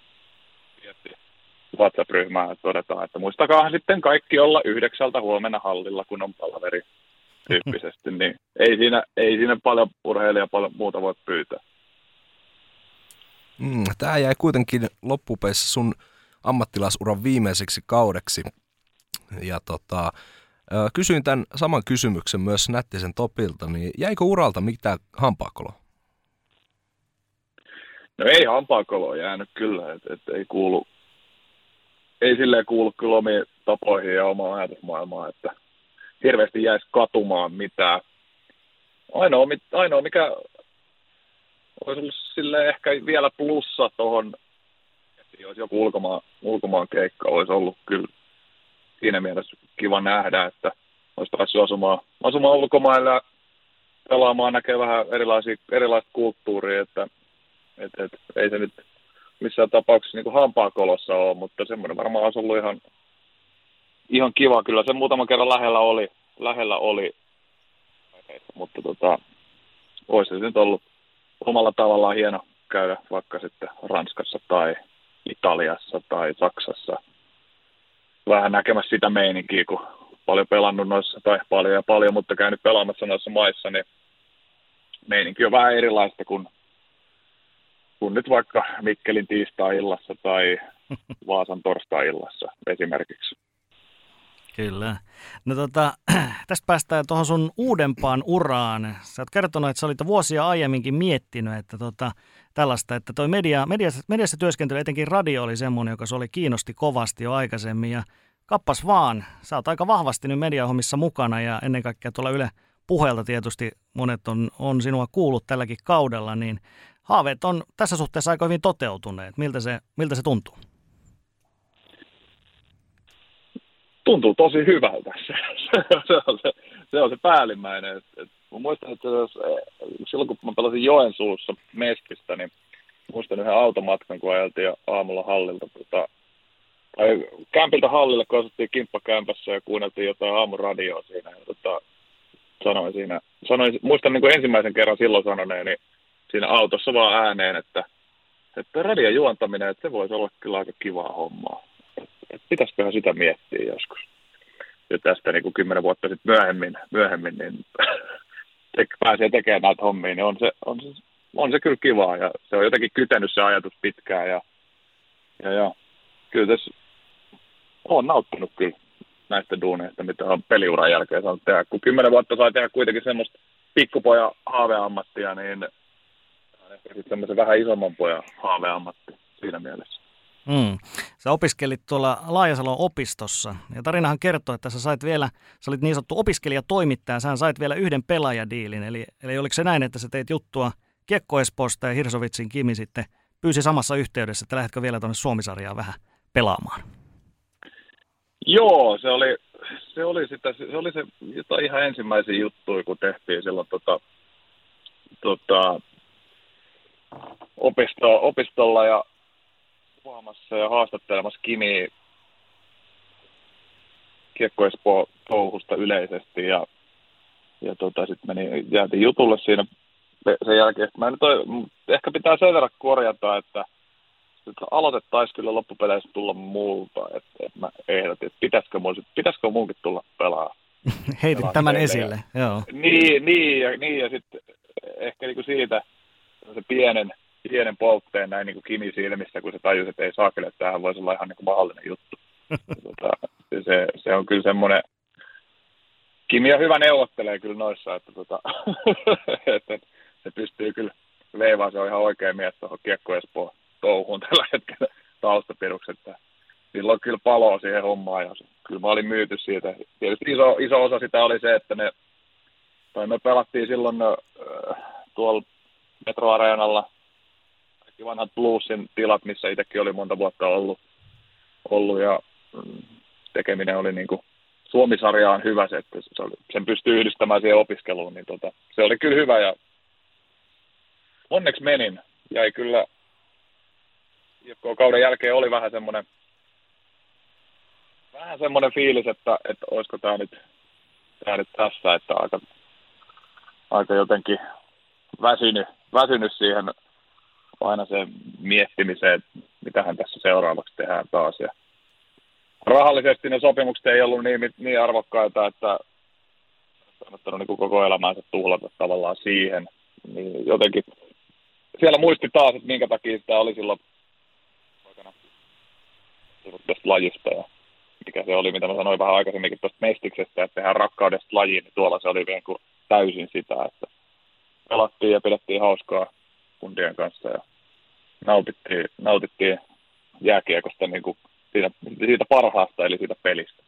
WhatsApp-ryhmää, että todetaan, että muistakaahan sitten kaikki olla 9 huomenna hallilla, kun on palaveri tyyppisesti, niin ei siinä paljon urheilijaa paljon muuta voi pyytää. Tämä jäi kuitenkin loppupeissa sun ammattilaisuran viimeiseksi kaudeksi. Ja kysyin tämän saman kysymyksen myös Nättisen Topilta, niin jäikö uralta mitään hampaakoloa? No ei hampaakoloa jäänyt kyllä, että ei silleen kuulu kyllä omiin tapoihin ja omaan ajatusmaailmaan, että hirveästi jäisi katumaan mitään. Ainoa mikä olisi ollut silleen ehkä vielä plussa tuohon, että jos joku ulkomaan keikka olisi ollut kyllä siinä mielessä kiva nähdä, että olisi päässyt asumaan ulkomailla ja pelaamaan, näkee vähän erilaista kulttuuria, että ei se nyt missään tapauksessa niin kuin hampaakolossa ole, mutta semmoinen varmaan olisi ollut ihan kiva. Kyllä se muutaman kerran lähellä oli. Mutta olisi se nyt ollut omalla tavallaan hieno käydä vaikka sitten Ranskassa tai Italiassa tai Saksassa vähän näkemässä sitä meininkiä, kun paljon pelannut noissa, tai paljon, mutta käynyt pelaamassa noissa maissa, niin meininki on vähän erilaista kuin nyt vaikka Mikkelin tiistai-illassa tai Vaasan torstai-illassa esimerkiksi. Kyllä. No tästä päästään tuohon sun uudempaan uraan. Sä oot kertonut, että sä olit vuosia aiemminkin miettinyt, että tällaista, että toi mediassa työskentely, etenkin radio oli semmoinen, joka sulle kiinnosti kovasti jo aikaisemmin. Ja kappas vaan, sä oot aika vahvasti nyt mediahommissa mukana ja ennen kaikkea tuolla Yle Puheelta tietysti monet on sinua kuullut tälläkin kaudella, niin haaveet on tässä suhteessa aika hyvin toteutuneet. Miltä se tuntuu? Tuntuu tosi hyvältä. Se on se päällimmäinen. Mä muistan, että silloin kun mä pelasin Joensuussa Meskistä, niin muistan yhden automatkan, kun ajeltiin aamulla hallilta. Kämpiltä hallille, kun asuttiin kimppakämpässä ja kuunneltiin jotain aamuradioa siinä. Ja sanoin, muistan niin kuin ensimmäisen kerran silloin sanoneeni siinä autossa vaan ääneen, että radion juontaminen, että se voisi olla kyllä aika kivaa hommaa. Pitäisiköhän sitä miettiä joskus. Ja tästä niin kuin 10 vuotta sitten myöhemmin niin pääsee tekemään näitä hommia, niin on se kyllä kivaa. Ja se on jotenkin kytenyt se ajatus pitkään. Ja kyllä tässä olen nauttinut kyllä näistä duuneista, mitä on peliuran jälkeen saanut tehdä. Kun 10 vuotta sai tehdä kuitenkin semmoista pikkupojan haaveammattia, niin ehkä sitten semmoisen vähän isomman pojan haaveammatti siinä mielessä. Sä opiskelit tuolla Laajasalon opistossa, ja tarinahan kertoo, että sä olit niin sanottu opiskelijatoimittaja, sä sait vielä yhden pelaajadiilin, eli oliko se näin, että sä teit juttua Kiekko Espoosta ja Hirsovitsin Kimi sitten pyysi samassa yhteydessä, että lähdetkö vielä tuonne Suomi-sarjaan vähän pelaamaan? Joo, se oli se jotain ihan ensimmäisiä juttuja, kun tehtiin silloin opistolla ja kuvaamassa ja haastattelemassa Kimiä Kiekko Espoo touhusta yleisesti ja sitten jäätiin jutulle siinä sen jälkeen. Ehkä pitää sen verran korjata, että aloite taisi kyllä loppupeleissä tulla multa, että mä ehdotin, että pitäisikö munkin tulla pelaa. Heitit tämän esille, joo. Niin ja sitten ehkä niinku siitä se pienen poltteen näin niinku Kimi silmissä, kun se tajusi, että ei saakeli, että tämähän voisi olla ihan niinku mahdollinen juttu. Se on kyllä semmoinen, Kimi on hyvä neuvottelee kyllä noissa, että että se pystyy kyllä veivaan, se on ihan oikea mies tuohon Kiekko Espoo touhuun tällä hetkellä taustapirukset. Silloin kyllä paloa siihen hommaan ja kyllä mä olin myyty siitä. Tietysti iso osa sitä oli se, että me pelattiin silloin tuolla Metro-areenalla kaikki vanhat Bluesin tilat, missä itsekin oli monta vuotta ollut ja tekeminen oli niin kuin Suomi-sarjaan hyvä se, että sen pystyy yhdistämään siihen opiskeluun, niin se oli kyllä hyvä ja onneksi menin. Jäi kyllä, kauden jälkeen oli vähän semmoinen fiilis, että olisiko tämä nyt tässä, että aika jotenkin väsynyt siihen aina sen miettimiseen, että mitähän tässä seuraavaksi tehdään taas. Ja rahallisesti ne sopimukset ei ollut niin arvokkaita, että kannattanut niin koko elämäänsä tuhlata tavallaan siihen. Niin jotenkin siellä muisti taas, että minkä takia sitä oli silloin aikana tästä lajista ja mikä se oli, mitä mä sanoin vähän aikaisemminkin tuosta mestiksestä, että tehdään rakkaudesta lajiin, niin tuolla se oli vielä kuin täysin sitä, että pelattiin ja pidettiin hauskaa kundien kanssa ja nautittiin jääkiekosta niin kuin siitä parhaasta, eli siitä pelistä.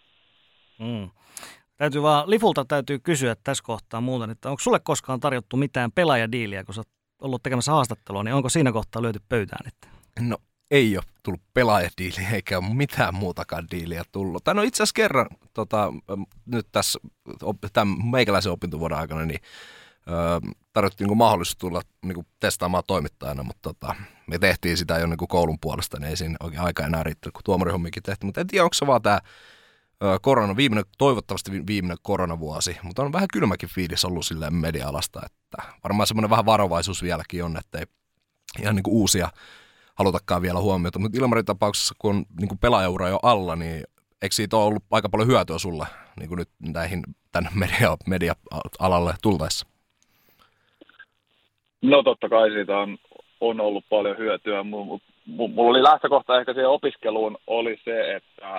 Lifulta täytyy kysyä tässä kohtaa muuten, että onko sulle koskaan tarjottu mitään pelaajadiiliä, kun sä oot ollut tekemässä haastattelua, niin onko siinä kohtaa löyty pöytään? No ei ole tullut pelaajadiiliä eikä ole mitään muutakaan diiliä tullut. Tai no itse asiassa kerran nyt tässä tämän meikäläisen opintovuoden aikana niin tarjottiin niin mahdollisuus tulla niin testaamaan toimittajana, mutta me tehtiin sitä jo niin koulun puolesta, niin ei siinä oikein aika enää riittänyt, kun tuomarihommikin tehtiin. Mutta en tiedä, onko se vaan tämä toivottavasti viimeinen koronavuosi, mutta on vähän kylmäkin fiilis ollut silleen media-alasta, että varmaan semmoinen vähän varovaisuus vieläkin on, että ei ihan niin kuin uusia halutakaan vielä huomiota. Mutta Ilmarin tapauksessa, kun on niin kuin pelaajaura jo alla, niin eikö siitä ole ollut aika paljon hyötyä sulle niin kuin nyt tänne media-alalle tultaessa? No totta kai siitä on ollut paljon hyötyä. Mulla oli lähtökohta ehkä siihen opiskeluun oli se, että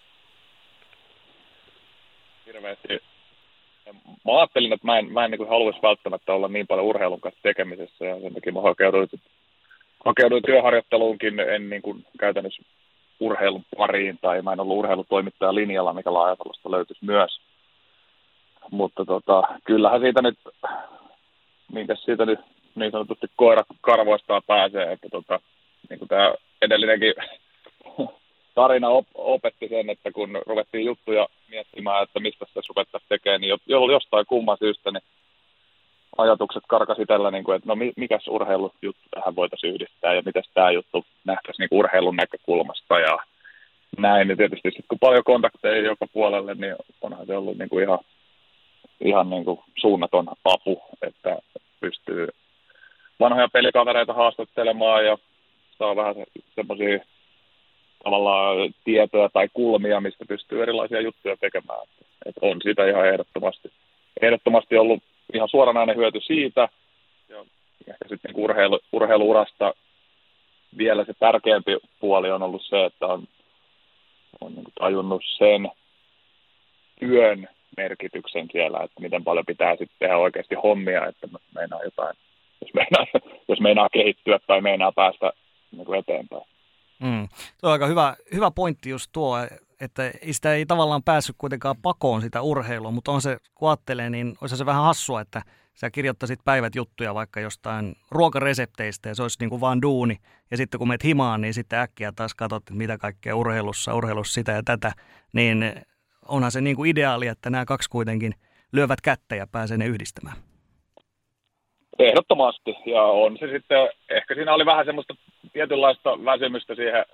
hirveästi mä ajattelin, että mä en niin kuin haluaisi välttämättä olla niin paljon urheilun kanssa tekemisessä ja sen takia mä hakeuduin työharjoitteluunkin, en niin kuin käytännössä urheilun pariin tai mä en ollut urheilutoimittajan linjalla, mikä Laajatalosta löytyisi myös. Mutta kyllähän siitä nyt, minkäs siitä nyt niin sanotusti koira karvoistaan pääsee, että niin kuin tämä edellinenkin tarina opetti sen, että kun ruvettiin juttuja miettimään, että mistä sitä ruvettaisiin tekemään, niin jostain kumman syystä niin ajatukset karkasi itsellä, niin kuin, että no mikäs urheilujuttu tähän voitaisiin yhdistää ja miten tämä juttu nähtäisiin niin kuin urheilun näkökulmasta ja näin. Ja tietysti sitten kun paljon kontakteja joka puolelle, niin onhan se ollut niin kuin ihan niin kuin suunnaton apu, että pystyy vanhoja pelikavereita haastattelemaan ja saa vähän semmoisia tavallaan tietoja tai kulmia, mistä pystyy erilaisia juttuja tekemään. Et on siitä ihan ehdottomasti ollut ihan suoranainen hyöty siitä. Ja ehkä sitten niin urheiluurasta vielä se tärkeämpi puoli on ollut se, että on niin kuin tajunnut sen työn merkityksen siellä, että miten paljon pitää sitten tehdä oikeasti hommia, että meinaa jotain, jos meinaa kehittyä tai meinaa päästä niin kuin eteenpäin. Tuo on aika hyvä pointti just tuo, että sitä ei tavallaan päässyt kuitenkaan pakoon sitä urheilua, mutta on se, kun ajattelee, niin olisi se vähän hassua, että sä kirjoittaisit päivät juttuja vaikka jostain ruokaresepteistä ja se olisi niin kuin vaan duuni. Ja sitten kun menet himaan, niin sitten äkkiä taas katsot, että mitä kaikkea urheilussa sitä ja tätä. Niin onhan se niin kuin ideaali, että nämä kaksi kuitenkin lyövät kättä ja pääsee ne yhdistämään. Ehdottomasti. Ja on se sitten, ehkä siinä oli vähän semmoista tietynlaista väsymystä siihen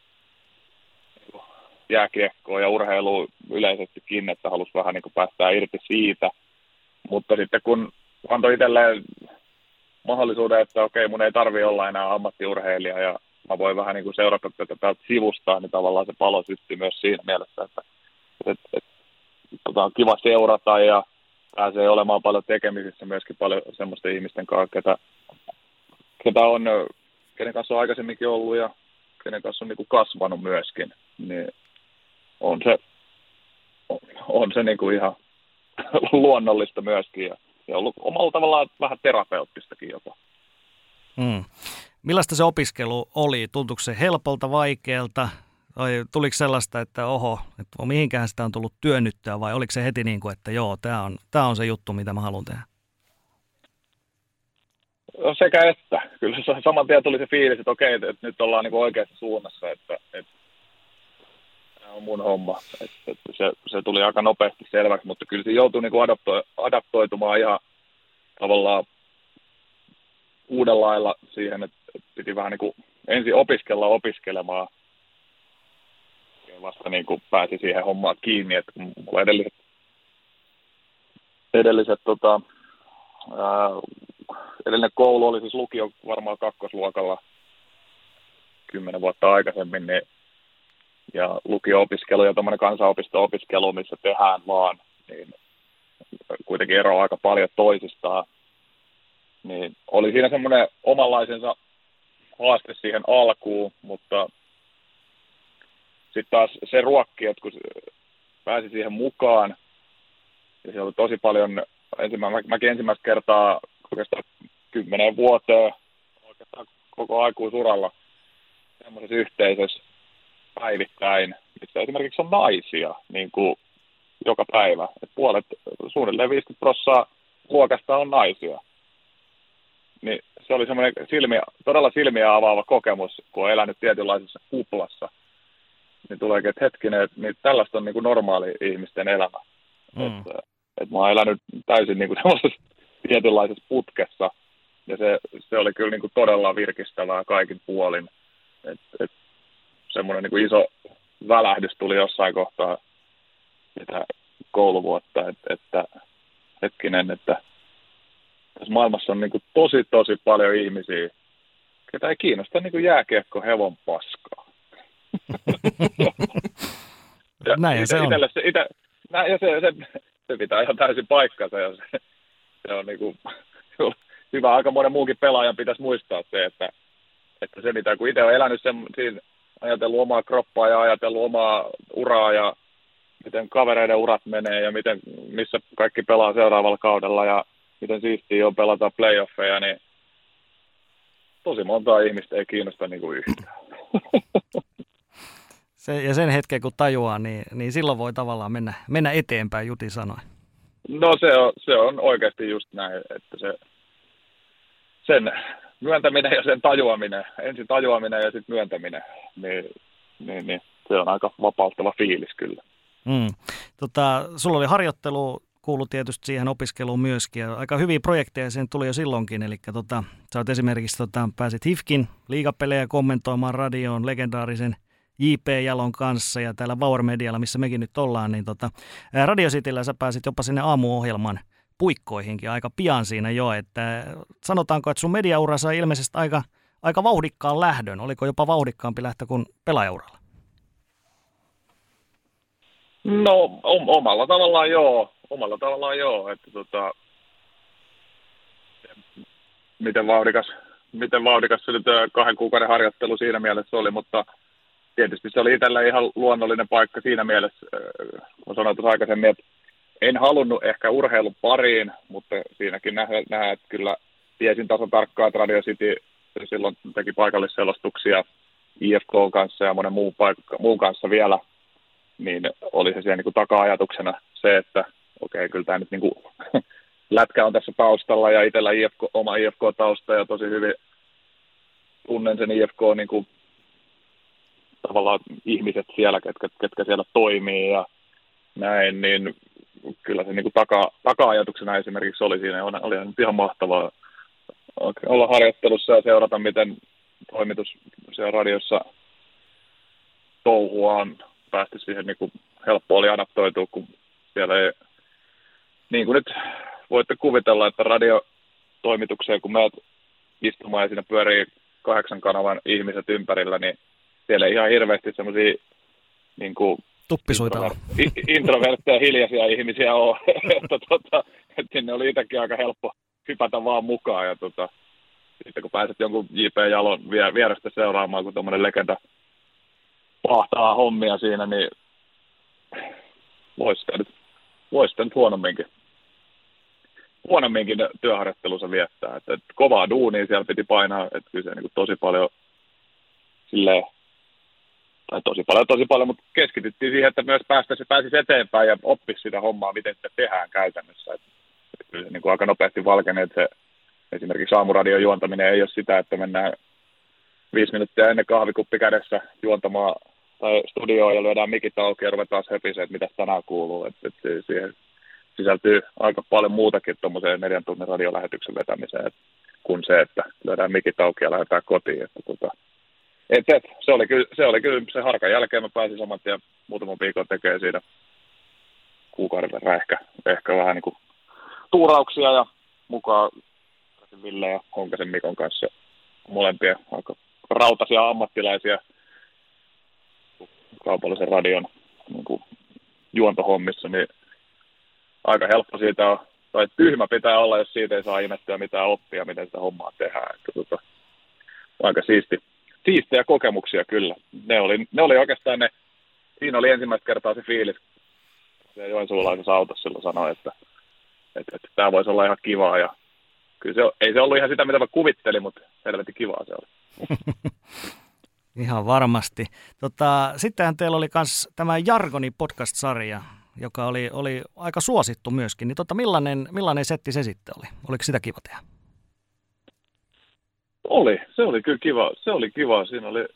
jääkiekkoon ja urheiluun yleisestikin, että halusi vähän niin kuin päästää irti siitä. Mutta sitten kun antoi itselleen mahdollisuuden, että okei, mun ei tarvitse olla enää ammattiurheilija ja mä voin vähän niin kuin seurata tätä täältä sivustaan, niin tavallaan se palo syttyi myös siinä mielessä, että on kiva seurata ja pääsee olemaan paljon tekemisissä myöskin paljon semmoisten ihmisten kanssa, kenen kanssa on aikaisemminkin ollut ja kenen kanssa on niin kuin kasvanut myöskin, niin on se niin kuin ihan luonnollista myöskin ja ollut omalla tavallaan vähän terapeuttistakin jopa. Millaista se opiskelu oli? Tuntuiko se helpolta, vaikealta? Vai tuliko sellaista, että mihinkään sitä on tullut työnnyttää vai oliko se heti niin kuin, että joo, tämä on se juttu, mitä mä haluan tehdä? No sekä että. Kyllä se saman tien tuli se fiilis, että okei, että nyt ollaan niin kuin oikeassa suunnassa, että tämä on mun homma. Että se tuli aika nopeasti selväksi, mutta kyllä se joutui niin kuin adaptoitumaan ihan tavallaan uudella lailla siihen, että piti vähän niin kuin ensin opiskelemaan. Ja vasta niin kuin pääsi siihen hommaan kiinni, että kun mulla edellinen koulu oli siis lukio varmaan kakkosluokalla 10 vuotta aikaisemmin, niin, ja lukio-opiskelu ja tämmöinen kansanopisto-opiskelu, missä tehdään vaan, niin kuitenkin eroaa aika paljon toisistaan. Niin oli siinä semmoinen omanlaisensa haaste siihen alkuun, mutta sitten taas se ruokki, että kun pääsi siihen mukaan, ja siellä oli tosi paljon, mäkin ensimmäistä kertaa oikeastaan 10 vuoteen, oikeastaan koko aikuisuralla semmoisessa yhteisössä päivittäin, missä esimerkiksi on naisia niin kuin joka päivä. Et puolet, suunnilleen 50% luokasta on naisia. Niin se oli semmoinen todella silmiä avaava kokemus, kun on elänyt tietynlaisessa kuplassa. Niin tuleekin, että hetkinen, että niin tällaista on niin kuin normaali ihmisten elämä. Että mä oon elänyt täysin niin kuin semmoisessa tietynlaisessa putkessa. Ja se oli kyllä niin kuin todella virkistävää kaikin puolin. Semmoinen niin kuin iso välähdys tuli jossain kohtaa sitä kouluvuotta, että hetkinen, että tässä maailmassa on niin kuin tosi paljon ihmisiä, ketä ei kiinnosta niin kuin jääkiekko hevon paskaa. Näin se on. Se pitää ihan täysin paikkansa ja se on niin kuin hyvä. Aika monen muukin pelaajan pitäisi muistaa se, että se mitä kun itse on elänyt siinä, ajatellut omaa kroppaa ja ajatellut omaa uraa ja miten kavereiden urat menee ja missä kaikki pelaa seuraavalla kaudella ja miten siistiä on pelata playoffeja, niin tosi montaa ihmistä ei kiinnosta niin kuin yhtään. Ja sen hetken kun tajuaa, niin silloin voi tavallaan mennä eteenpäin, Juti sanoi. No se on oikeasti just näin, että sen myöntäminen ja sen tajuaminen, ensin tajuaminen ja sitten myöntäminen, niin se on aika vapauttava fiilis kyllä. Sulla oli harjoittelu, kuului tietysti siihen opiskeluun myöskin, ja aika hyviä projekteja sen tuli jo silloinkin, eli sä oot esimerkiksi pääsit HIFKin liigapelejä kommentoimaan radioon legendaarisen J.P. Jalon kanssa ja täällä Bauer Medialla, missä mekin nyt ollaan, niin Radio Cityllä sä pääsit jopa sinne aamuohjelman puikkoihinkin aika pian siinä jo, että sanotaanko, että sun mediaura sai ilmeisesti aika vauhdikkaan lähdön, oliko jopa vauhdikkaampi lähtö kuin pelaajauralla? No omalla tavallaan joo, että miten vauhdikas se nyt 2 kuukauden harjoittelu siinä mielessä oli, mutta tietysti se oli itselle ihan luonnollinen paikka siinä mielessä, kun sanoin tuossa aikaisemmin, että en halunnut ehkä urheilun pariin, mutta siinäkin nähdään, että kyllä tiesin tasan tarkkaan, että Radio City silloin teki paikallisselostuksia IFK kanssa ja monen muun kanssa vielä, niin oli se siellä niin kuin taka-ajatuksena se, että okei, kyllä tämä nyt niin kuin lätkä on tässä taustalla ja itsellä oma IFK-tausta ja tosi hyvin tunnen sen IFK niin kuin, tavallaan ihmiset siellä, ketkä siellä toimii ja näin, niin kyllä se niin kuin taka-ajatuksena esimerkiksi oli siinä. Oli ihan mahtavaa olla harjoittelussa ja seurata, miten toimitus siellä radiossa touhua on päästy siihen, niin kuin helppo oli adaptoitua, kun siellä ei, niin kuin nyt voitte kuvitella, että radiotoimitukseen, kun menet istumaan ja siinä pyörii 8 kanavan ihmiset ympärillä, niin siellä ei ihan hirveästi semmoisia niin kuin introvertteja hiljaisia ihmisiä ole, että sinne oli itsekin aika helppo hypätä vaan mukaan ja sitten kun pääset jonkun J.P. Jalon vierestä seuraamaan, kun tommoinen legenda pahtaa hommia siinä, niin voisi sitä nyt huonomminkin työharjoittelunsa viettää. Et kovaa duunia siellä piti painaa, että kyllä se niin tosi paljon silleen, tai tosi paljon, mutta keskityttiin siihen, että myös pääsisi eteenpäin ja oppisi sitä hommaa, miten sitä tehdään käytännössä. Et kyllä se niin aika nopeasti valkeni, että se esimerkiksi aamuradion juontaminen ei ole sitä, että mennään 5 minuuttia ennen kahvikuppi kädessä juontamaan tai studioon ja lyödään mikit auki ja ruvetaan höpiseen, että mitä tänään kuuluu. Et siihen sisältyy aika paljon muutakin tuommoiseen 4 tunnin radiolähetyksen vetämiseen kuin se, että lyödään mikit auki ja lähdetään kotiin. Se oli kyllä se harkan jälkeen. Mä pääsin saman tien muutaman viikon tekemään siinä kuukauden verran ehkä vähän niin kuin tuurauksia ja mukaan Ville ja Honkasen Mikon kanssa molempia aika rautaisia ammattilaisia kaupallisen radion niin kuin juontohommissa, niin aika helppo siitä on, tai tyhmä pitää olla, jos siitä ei saa imettyä mitään oppia, miten sitä hommaa tehdään. Aika siistejä kokemuksia kyllä. Ne oli oikeastaan siinä oli ensimmäistä kertaa se fiilis, ja joensuulaisessa autossa silloin sanoi, että tämä voisi olla ihan kivaa, ja kyllä ei se ollut ihan sitä, mitä mä kuvittelin, mutta helvetin kivaa se oli. Ihan varmasti. Sittenhän teillä oli myös tämä Jargoni podcast-sarja, joka oli aika suosittu myöskin. Niin millainen setti se sitten oli? Oliko sitä kiva tehdä? Se oli kyllä kiva. Se oli kiva. Siinä oli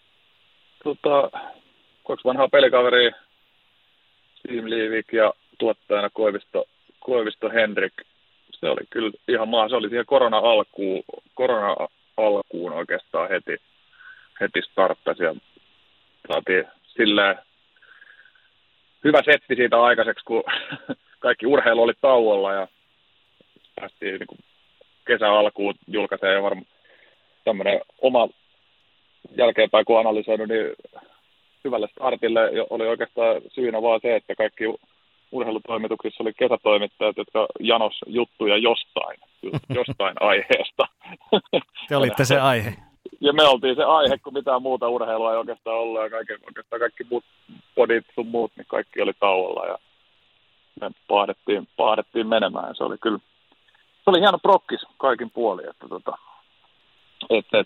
2 vanhaa pelikaveria, Steve Liivik ja tuottajana Koivisto Henrik. Se oli kyllä ihan se oli siihen korona-alkuun oikeastaan heti starttasi ja saatiin silleen hyvä setti siitä aikaiseksi, kun kaikki urheilu oli tauolla ja päästiin niin kuin kesän alkuun julkaiseen ja varmaan tämmöinen oma jälkeenpäin kun analysoinut, niin hyvälle startille oli oikeastaan syynä vaan se, että kaikki urheilutoimituksissa oli kesätoimittajat, jotka janos juttuja jostain aiheesta. Te olitte se aihe. Ja me oltiin se aihe, kun mitään muuta urheilua ei oikeastaan ollut, ja oikeastaan kaikki muut podit sun muut, niin kaikki oli tauolla, ja me pahdettiin menemään. Se oli hieno prokkis kaikin puolin, että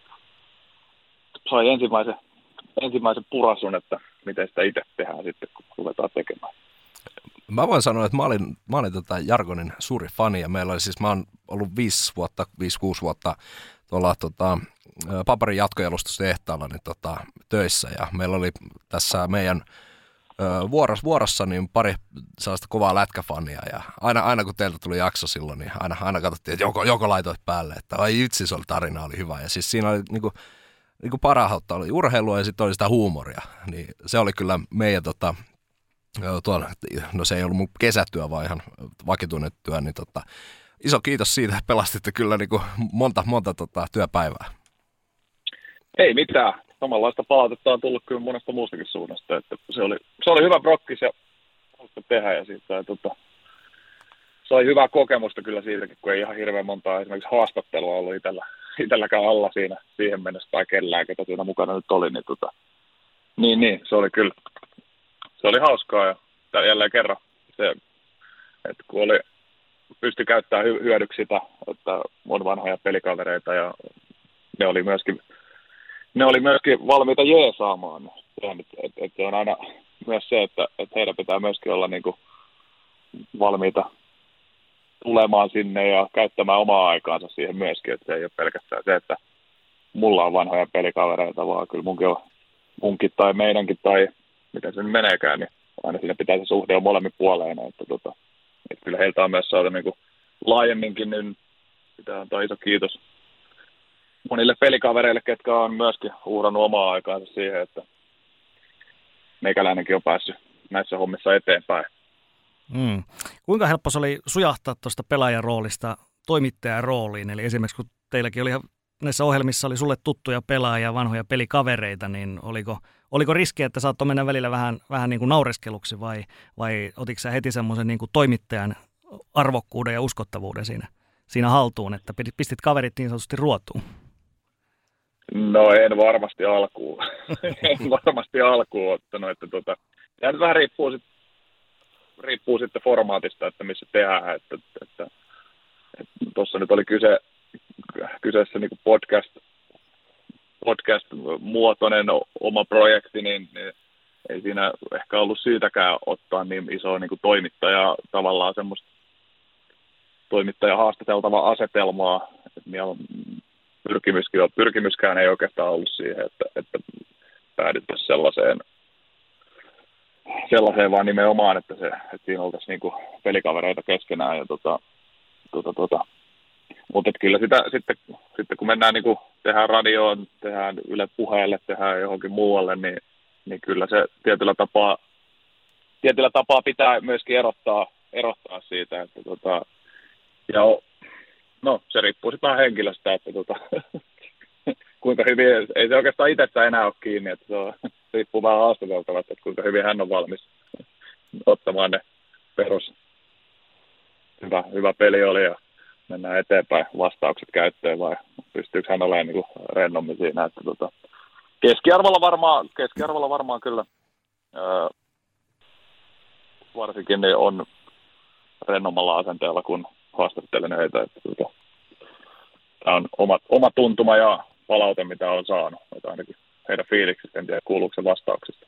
sai ensimmäisen purasun, että miten sitä itse tehdään sitten, kun ruvetaan tekemään. Mä voin sanoa, että mä olin Jargonin suuri fani, ja meillä oli siis, mä oon ollut 5-6 vuotta tuolla paperin jatkojalostustehtaalla niin töissä, ja meillä oli tässä meidän vuorossa niin pari sellaista kovaa lätkäfania, ja aina kun teiltä tuli jakso silloin, niin aina katsottiin, että joko laitoit päälle, että ai itse se tarina oli hyvä, ja siis siinä oli niinku parhautta oli urheilua ja sitten oli sitä huumoria, niin se oli kyllä meidän no se ei ollut mun kesätyö, vaan ihan vakituinen työ, niin iso kiitos siitä, että pelastitte kyllä niin kuin monta työpäivää. Ei mitään. Samanlaista palautetta on tullut kyllä monesta muustakin suunnasta. Että se oli hyvä brokkis ja halusta tehdä ja siitä sai hyvää kokemusta kyllä siitäkin, kun ei ihan hirveän montaa esimerkiksi haastattelua ollut itselläkään alla siihen mennessä tai kellään, ketä siinä mukana nyt oli. Niin, se oli kyllä. Se oli hauskaa ja jälleen kerran se, että kun pystyi käyttämään hyödyksi sitä, että on vanhoja pelikavereita ja ne oli myöskin valmiita jeesaamaan. Että se on aina myös se, että heidän pitää myöskin olla niin kuin valmiita tulemaan sinne ja käyttämään omaa aikaansa siihen myöskin, että se ei ole pelkästään se, että mulla on vanhoja pelikavereita, vaan kyllä munkin tai meidänkin tai miten se nyt meneekään, niin aina siinä pitää se suhde on molemmin puoleen, että kyllä heiltä on myös saada niin kuin laajemminkin, niin pitää antaa iso kiitos monille pelikavereille, ketkä on myöskin uhrannut omaa aikaansa siihen, että meikäläinenkin on päässyt näissä hommissa eteenpäin. Kuinka helppo se oli sujahtaa tuosta pelaajan roolista toimittajan rooliin? Eli esimerkiksi kun teilläkin oli näissä ohjelmissa oli sulle tuttuja pelaajia, vanhoja pelikavereita, niin oliko riski, että saattoi mennä välillä vähän niin kuin naureskeluksi vai otitko sä heti semmoisen niin kuin toimittajan arvokkuuden ja uskottavuuden siinä haltuun, että pistit kaverit niin sanotusti ruotuun? No en varmasti alkuun. Ottanut, että tämä vähän riippuu sitten formaatista, että missä tehdään, että tuossa nyt oli kyseessä niin kuin podcast-muotoinen oma projekti, niin ei siinä ehkä ollut syytäkään ottaa niin isoa niin kuin toimittajaa, tavallaan semmoista toimittaja haastateltavaa asetelmaa, että pyrkimyskään ei oikeastaan ollut siihen, että päädyttäisiin sellaiseen vaan nimenomaan, että siinä oltaisiin niin kuin pelikavereita keskenään. Ja mutta kyllä sitten kun mennään niin kuin tehdään radioon, tehdään Yle Puheelle, tehdään johonkin muualle, niin kyllä se tietyllä tapaa pitää myöskin erottaa siitä, että se riippuu sitten vähän henkilöstä, että kuinka hyvin, ei se oikeastaan itsestään enää ole kiinni, että se riippuu vähän haastateltavasta, että kuinka hyvin hän on valmis ottamaan ne perus hyvä peli oli ja mennään eteenpäin vastaukset käyttöön vai pystyykö hän olemaan niin kuin rennommin siinä, että keskiarvolla varmaan kyllä varsinkin niin on rennommalla asenteella, kun haastattelen heitä, että tämä on oma tuntuma ja palaute, mitä on saanut, että ainakin heidän fiiliksistä, en tiedä kuuluuko se vastauksista.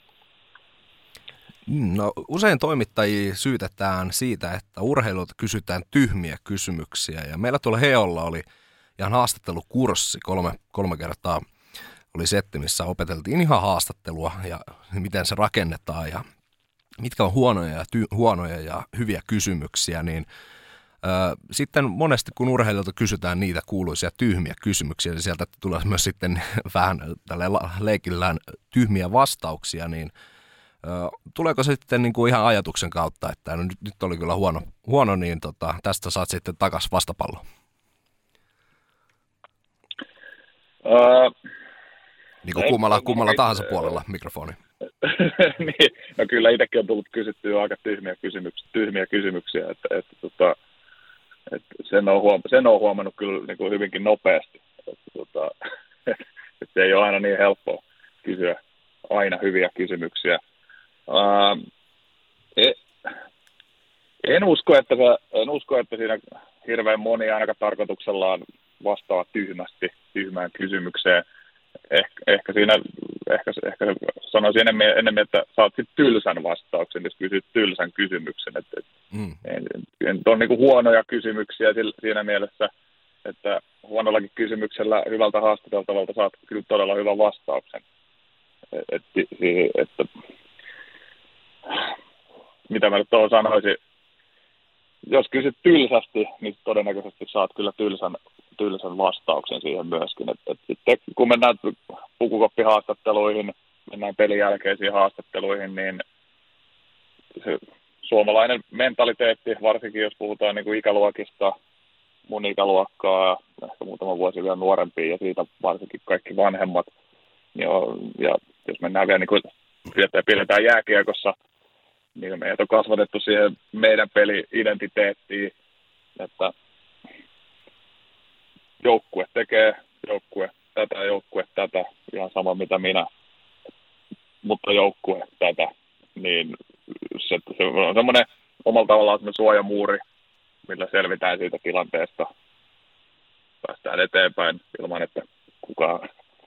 No, usein toimittajia syytetään siitä, että urheilijoilta kysytään tyhmiä kysymyksiä. Ja meillä tuolla Heolla oli ihan haastattelukurssi 3 kertaa. Oli setti, missä opeteltiin ihan haastattelua ja miten se rakennetaan ja mitkä on huonoja ja hyviä kysymyksiä. Niin, sitten monesti kun urheilijoilta kysytään niitä kuuluisia tyhmiä kysymyksiä, niin sieltä tulee myös sitten vähän leikillään tyhmiä vastauksia, niin tuleeko se sitten niin kuin ihan ajatuksen kautta, että no nyt oli kyllä huono niin tästä saat sitten takaisin vastapallo? Niin kuin kummalla tahansa puolella mikrofoni. Niin, no kyllä itsekin on tullut kysyttyä aika tyhmiä kysymyksiä, että sen on huomannut kyllä niin kuin hyvinkin nopeasti, että se ei ole aina niin helppoa kysyä aina hyviä kysymyksiä. En usko, että siinä hirveän moni ainakaan tarkoituksellaan vastaa tyhmään kysymykseen. Ehkä sanoisin enemmän, että saat sitten tylsän vastauksen, jos kysyt tylsän kysymyksen. En ole niin kuin huonoja kysymyksiä siinä mielessä, että huonollakin kysymyksellä hyvältä haastateltavalta saat kyllä todella hyvän vastauksen. Että mitä mä nyt sanoisin, jos kysyt tylsästi, niin todennäköisesti saat kyllä tylsän vastauksen siihen myöskin. Sitten kun mennään pukukoppihaastatteluihin, mennään pelin jälkeisiin haastatteluihin, niin se suomalainen mentaliteetti, varsinkin jos puhutaan niin kuin ikäluokista, mun ikäluokkaa, ehkä muutama vuosi vielä nuorempia ja siitä varsinkin kaikki vanhemmat. Ja jos mennään vielä niin kuin pidetään jääkiekossa, niin meidät on kasvatettu siihen meidän peli-identiteettiin, että joukkue tekee joukkue tätä, ihan sama mitä minä, mutta joukkue tätä, niin se on semmoinen omalla tavallaan semmoinen suojamuuri, millä selvitään siitä tilanteesta, päästään eteenpäin ilman, että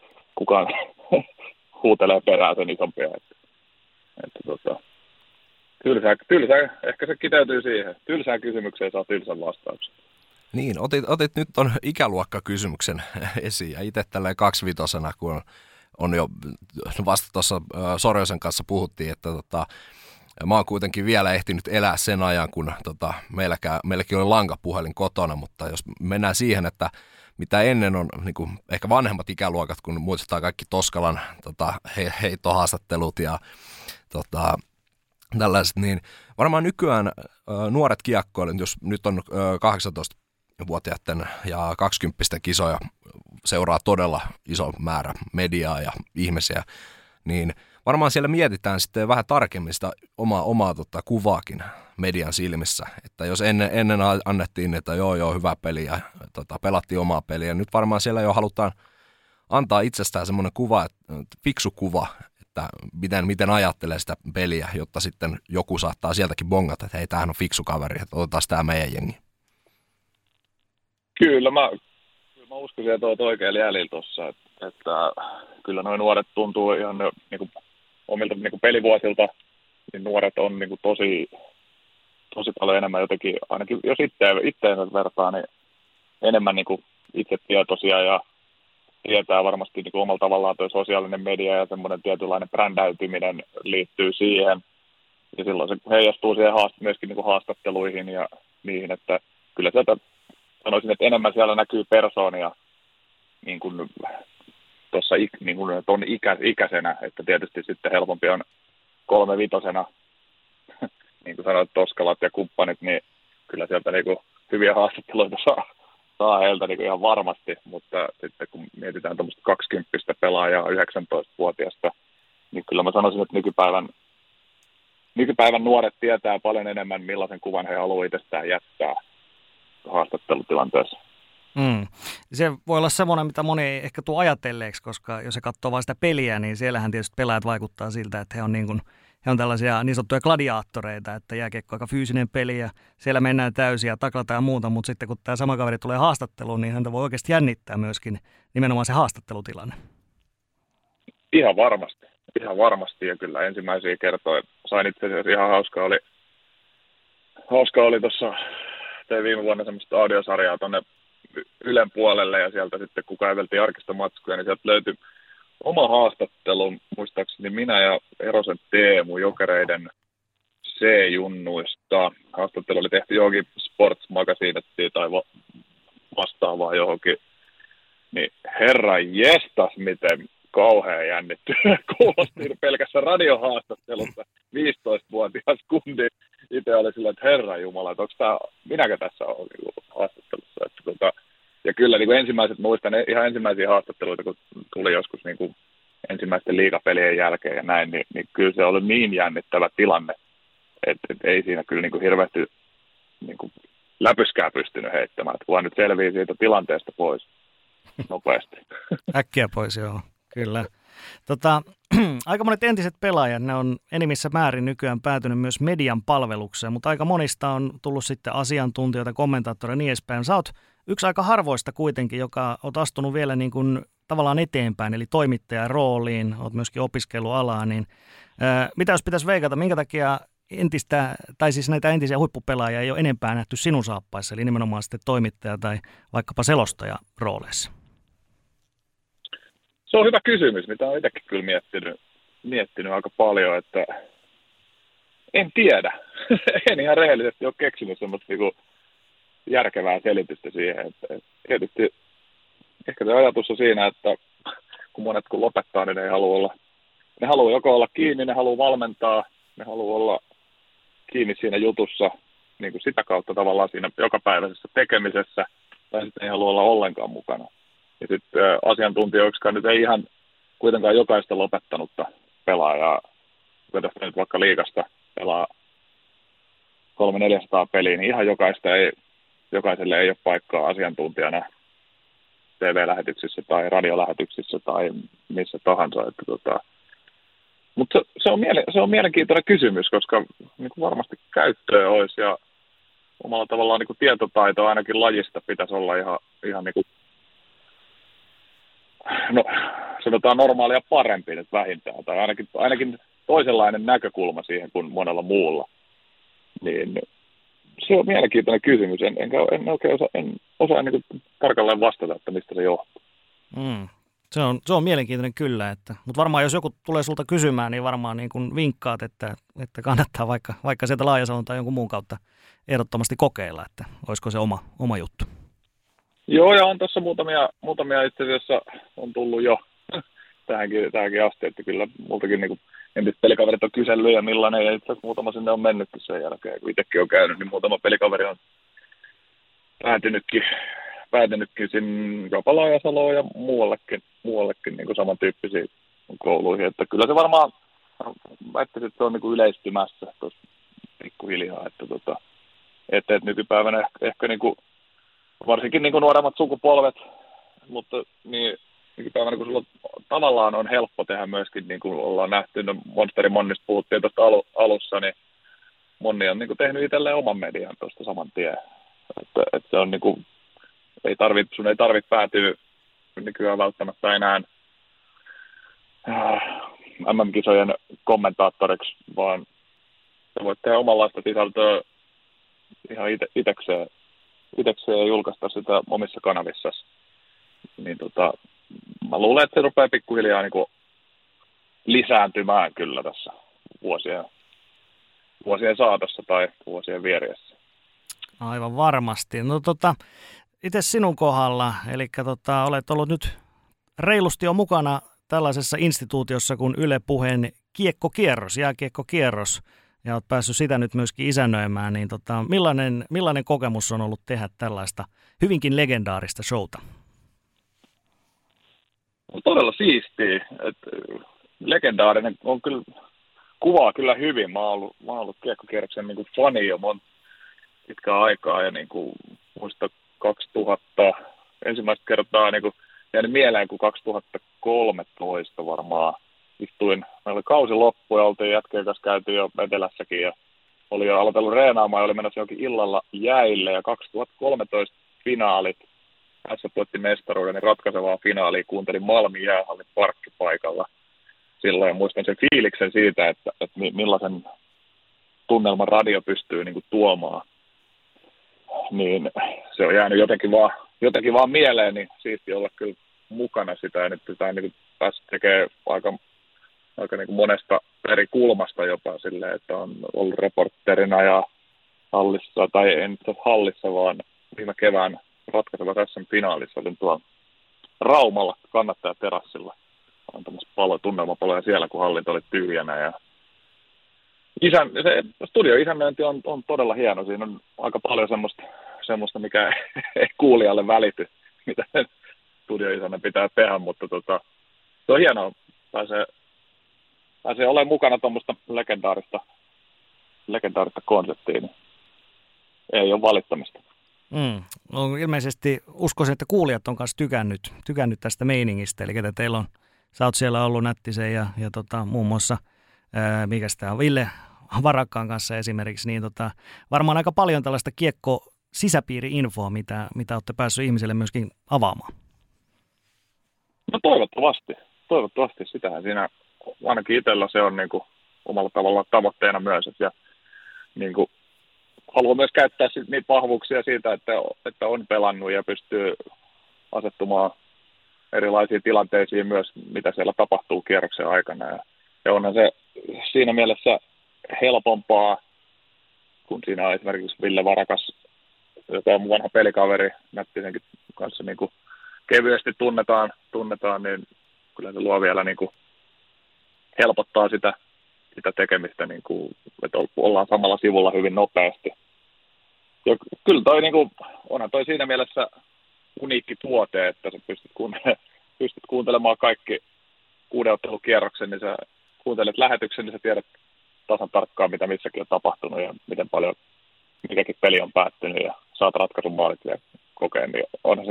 kukaan huutelee perään sen isompia. Että Tylsää, ehkä se kiteytyy siihen. Tylsään kysymykseen saa tylsän vastauksen. Niin, otit nyt ton ikäluokkakysymyksen esiin ja itse tälleen 25-vuotiaana, kun on jo vasta tuossa Sorjosen kanssa puhuttiin, että mä oon kuitenkin vielä ehtinyt elää sen ajan, kun meilläkin oli lankapuhelin kotona, mutta jos mennään siihen, että mitä ennen on niin kuin ehkä vanhemmat ikäluokat, kun muistetaan kaikki Toskalan heittohaastattelut ja tällaiset, niin varmaan nykyään nuoret kiekkoilijat, jos nyt on 18-vuotiaiden ja 20 kisoja seuraa todella iso määrä mediaa ja ihmisiä, niin varmaan siellä mietitään sitten vähän tarkemmin sitä omaa kuvaakin median silmissä. Että jos ennen annettiin, että joo, hyvä peli ja pelattiin omaa peliä, nyt varmaan siellä jo halutaan antaa itsestään semmoinen kuva, fiksu kuva, että miten ajattelee sitä peliä, jotta sitten joku saattaa sieltäkin bongata, että hei, tämähän on fiksu kaveri, että otetaan tämä meidän jengi. Kyllä mä uskoisin, että olet oikealla jäljellä tuossa, että kyllä nuo nuoret tuntuu ihan niin kuin omilta niin kuin pelivuosilta, niin nuoret on niin kuin tosi paljon enemmän jotenkin, ainakin jos itseensä vertaa, niin enemmän niin kuin itsetietoisia ja tietää varmasti niin kuin omalla tavallaan tuo sosiaalinen media ja semmoinen tietynlainen brändäytyminen liittyy siihen. Ja silloin se heijastuu siihen myöskin niin kuin haastatteluihin ja niihin, että kyllä sieltä sanoisin, että enemmän siellä näkyy persoonia niin kuin tuossa niin kuin ton ikäisenä, että tietysti sitten helpompi on 3-5-vuotiaana, niin kuin sanoit, Toskalat ja kumppanit, niin kyllä sieltä niin kuin hyviä haastatteluita saa heiltä niin kuin ihan varmasti, mutta sitten kun mietitään tuommoista 20 pelaajaa 19-vuotiaasta, niin kyllä mä sanoisin, että nykypäivän nuoret tietää paljon enemmän, millaisen kuvan he haluavat itsestään jättää haastattelutilanteessa. Se voi olla semmoinen, mitä moni ei ehkä tule ajatelleeksi, koska jos se katsoo vain sitä peliä, niin siellähän tietysti pelaajat vaikuttaa siltä, että he on tällaisia niin sanottuja gladiaattoreita, että jääkiekko on aika fyysinen peli ja siellä mennään täysin ja taklataan ja muuta, mutta sitten kun tämä sama kaveri tulee haastatteluun, niin häntä voi oikeasti jännittää myöskin nimenomaan se haastattelutilanne. Ihan varmasti ja kyllä ensimmäisiä kertoja sain itse asiassa ihan hauska oli tuossa, tein viime vuonna semmoista audiosarjaa tuonne Ylen puolelle ja sieltä sitten kun kaiveltiin arkistomatskuja, niin sieltä löytyi oma haastattelu, muistaakseni minä ja Erosen Teemu Jokereiden C-junnuista. Haastattelu oli tehty johonkin Sports Magazinettiin tai vastaavaa johonkin. Niin herra jestas, miten kauhean jännitty kuulosti pelkässä radiohaastattelussa 15-vuotias kundi. Itse oli sillä, että herra jumala, että onko tämä, minäkö tässä olen haastattelussa. Ja kyllä niin kuin muistan ihan ensimmäisiä haastatteluita, kun tuli joskus niin kuin ensimmäisten liigapelien jälkeen ja näin, niin kyllä se oli niin jännittävä tilanne, että ei siinä kyllä niin kuin hirveästi niin kuin läpyskää pystynyt heittämään, että vaan nyt selviää siitä tilanteesta pois nopeasti. Äkkiä pois, joo, kyllä. Aika monet entiset pelaajat, ne on enimmissä määrin nykyään päätynyt myös median palvelukseen, mutta aika monista on tullut sitten asiantuntijoita, kommentaattoreja ja niin edespäin. Sä oot yksi aika harvoista kuitenkin, joka oot astunut vielä niin kuin tavallaan eteenpäin, eli toimittajan rooliin, oot myöskin opiskelualaa, niin mitä jos pitäisi veikata, minkä takia näitä entisiä huippupelaajia ei ole enempää nähty sinun saappaissa, eli nimenomaan sitten toimittaja tai vaikkapa selostaja rooleissa? Se on hyvä kysymys, mitä olen itsekin kyllä miettinyt aika paljon, että en tiedä. En ihan rehellisesti ole keksinyt semmoista niinku järkevää selitystä siihen. Että tietysti ehkä se ajatus on siinä, että kun monet kun lopettaa, niin ne haluaa joko olla kiinni, ne haluaa valmentaa, ne haluaa olla kiinni siinä jutussa niin kuin sitä kautta tavallaan siinä jokapäiväisessä tekemisessä, tai sitten ei halua olla ollenkaan mukana. Ja sitten asiantuntijoiksikaan nyt ei ihan kuitenkaan jokaista lopettanutta pelaajaa, kun tästä nyt vaikka liigasta pelaa 300-400 peliä, niin ihan jokaiselle ei ole paikkaa asiantuntijana TV-lähetyksissä tai radiolähetyksissä tai missä tahansa. Mutta se on mielenkiintoinen kysymys, koska niin kuin varmasti käyttöä olisi ja omalla tavallaan niin kuin tietotaito ainakin lajista pitäisi olla ihan niin kuin, no sanotaan normaalia parempi nyt vähintään. Tai ainakin toisenlainen näkökulma siihen kuin monella muulla. Niin se on mielenkiintoinen kysymys. En oikein osaa niin kuin tarkalleen vastata, että mistä se johtuu. Se on mielenkiintoinen kyllä, mutta varmaan jos joku tulee sulta kysymään, niin varmaan niin kuin vinkkaat, että kannattaa vaikka sieltä Laajasalon tai jonkun muun kautta ehdottomasti kokeilla, että olisiko se oma juttu. Joo, ja on tuossa muutamia itse asiassa on tullut jo tähänkin asti, että kyllä multakin niin entiset pelikaverit on kysellyt ja millainen, ja itse asiassa muutama sinne on mennytkin sen jälkeen, kun itsekin on käynyt, niin muutama pelikaveri on päätynytkin sinne jopa Laajasaloon ja muuallekin niin kuin samantyyppisiin kouluihin, että kyllä se varmaan, väittäisin, että se on niin kuin yleistymässä tuossa pikkuhiljaa, että nykypäivänä ehkä niin kuin, varsinkin niin kuin nuoremmat sukupolvet, mutta niin nykypäivänä kun sulla tavallaan on helppo tehdä myöskin, niin kuin ollaan nähty, Monsterin Monnista puhuttiin tuosta alussa, niin Monni on niin kuin tehnyt itselleen oman median tuosta saman tien, että se on niin kuin, sun ei tarvitse päätyä nykyään välttämättä enää MM-kisojen kommentaattoriksi, vaan sä voit tehdä omanlaista sisältöä ihan itekseen ja julkaista sitä omissa kanavissasi. Niin mä luulen, että se rupeaa pikkuhiljaa niin kuin lisääntymään kyllä tässä vuosien saatossa tai vuosien vieriessä. Aivan varmasti. No itse sinun kohdalla, eli olet ollut nyt reilusti jo mukana tällaisessa instituutiossa kuin Yle Puheen jääkiekkokierros, ja olet päässyt sitä nyt myöskin isännöimään, niin millainen kokemus on ollut tehdä tällaista hyvinkin legendaarista showta? On todella siistiä, että legendaarinen on kyllä, kuvaa kyllä hyvin. Mä oon ollut kiekkokierroksen niin kuin fani jo pitkään aikaa, ja niin kuin muista 2000 ensimmäistä kertaa niin kuin jäänyt mieleen, kun 2013 varmaan meillä oli kausi loppu ja oltiin jätkien kanssa käyty jo Etelässäkin ja oli jo aloitellut reenaamaan ja oli menossa jokin illalla jäille ja 2013 finaalit, tässä voitti mestaruuden, niin ratkaisevaa finaalia kuuntelin Malmin jäähallin parkkipaikalla silloin ja muistan sen fiiliksen siitä, että millaisen tunnelman radio pystyy niin kuin tuomaan. Niin se on jäänyt jotenkin vaan mieleen, niin siisti olla kyllä mukana sitä ja nyt pitää niin päästä tekemään aika niin kuin monesta eri kulmasta jopa silleen, että on ollut reporterina ja hallissa, tai en hallissa, vaan viime kevään ratkaiseva tässä finaalissa olin tuolla Raumalla kannattajaterassilla. On tämmöistä tunnelmapaloja siellä, kun hallinto oli tyhjänä ja se studioisännöinti on todella hieno. Siinä on aika paljon semmoista mikä ei kuulijalle välity, mitä studioisännön pitää tehdä, mutta se on hienoa. Pääsee olemaan mukana tuommoista legendaarista konseptia, niin ei ole valittamista. No, ilmeisesti uskoisin, että kuulijat on myös tykännyt tästä meiningistä, eli ketä teillä on. Sä oot siellä ollut Nättisen ja muun muassa Ville Varakkaan kanssa esimerkiksi, niin varmaan aika paljon tällaista kiekko-sisäpiiri-infoa, mitä olette päässyt ihmiselle myöskin avaamaan. No toivottavasti sitähän siinä, ainakin itsellä se on niin kuin omalla tavallaan tavoitteena myös, ja niin kuin haluan myös käyttää niitä vahvuuksia siitä, että on pelannut ja pystyy asettumaan erilaisiin tilanteisiin myös, mitä siellä tapahtuu kierroksen aikana. Ja onhan se siinä mielessä helpompaa, kun siinä on esimerkiksi Ville Varakas, joka on vanha pelikaveri, Nättisenkin kanssa niin kuin kevyesti tunnetaan, niin kyllä se luo vielä niin kuin helpottaa sitä tekemistä, niin kuin, että ollaan samalla sivulla hyvin nopeasti. Ja kyllä toi, niin kuin, onhan toi siinä mielessä uniikki tuote, että sä pystyt kuuntelemaan kaikki 6 ottelukierroksen, niin sä kuuntelet lähetyksen, niin sä tiedät tasan tarkkaan, mitä missäkin on tapahtunut ja miten paljon mikäkin peli on päättynyt ja saat ratkaisun maalit ja kokeen, niin onhan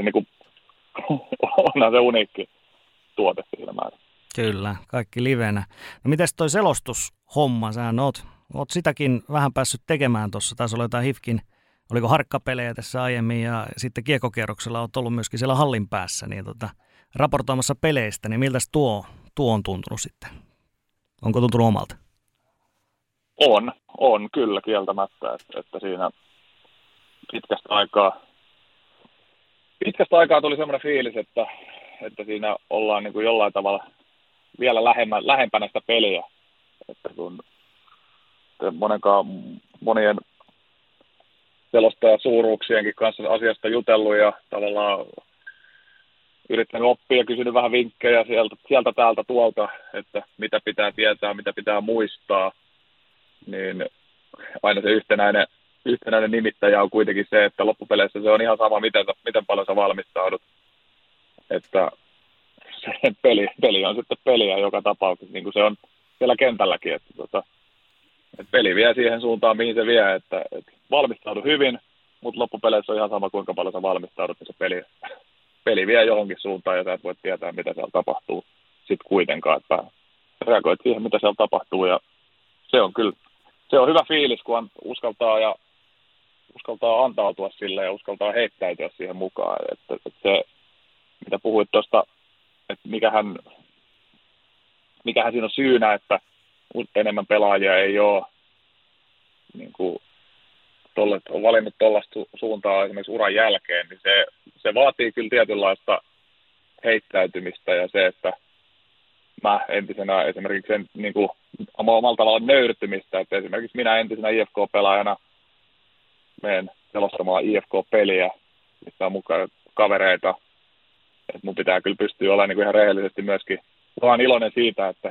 se uniikki tuote siinä määrin. Kyllä, kaikki livenä. No mites toi selostushomma, sähän oot sitäkin vähän päässyt tekemään tuossa, taisi olla jotain HIFKin, oliko harkkapelejä tässä aiemmin ja sitten kiekkokierroksella oot ollut myöskin siellä hallin päässä, niin raportoimassa peleistä, niin miltäs tuo on tuntunut sitten? Onko tuntunut omalta? On kyllä kieltämättä, että siinä pitkästä aikaa tuli semmoinen fiilis, että siinä ollaan niin kuin jollain tavalla vielä lähempänä sitä peliä, että kun monien selostajasuuruuksienkin kanssa asiasta jutellut ja tavallaan yrittänyt oppia ja kysynyt vähän vinkkejä sieltä täältä tuolta, että mitä pitää tietää, mitä pitää muistaa, niin aina se yhtenäinen nimittäjä on kuitenkin se, että loppupeleissä se on ihan sama, miten paljon sä valmistaudut. Että se peli on sitten peliä joka tapauksessa, niin kuin se on siellä kentälläkin, että peli vie siihen suuntaan, mihin se vie, että valmistaudu hyvin, mutta loppupeleissä on ihan sama, kuinka paljon sä valmistaudut, niin se peli vie johonkin suuntaan, ja sä et voi tietää, mitä siellä tapahtuu sitten kuitenkaan, että reagoit siihen, mitä siellä tapahtuu, ja se on hyvä fiilis, kun uskaltaa antautua sille ja uskaltaa heittäytyä siihen mukaan, että se, mitä puhuit tuosta, että mikähän siinä on syynä, että enemmän pelaajia ei ole niin kuin on valinnut tuollaista suuntaa esimerkiksi uran jälkeen, niin se vaatii kyllä tietynlaista heittäytymistä ja se, että mä entisenä esimerkiksi niin kuin omalla tavalla nöyrtymistä, että esimerkiksi minä entisenä IFK-pelaajana menen selostamaan IFK-peliä, missä on mukaan kavereita, että mun pitää kyllä pystyä olemaan niin kuin ihan rehellisesti myöskin vaan iloinen siitä, että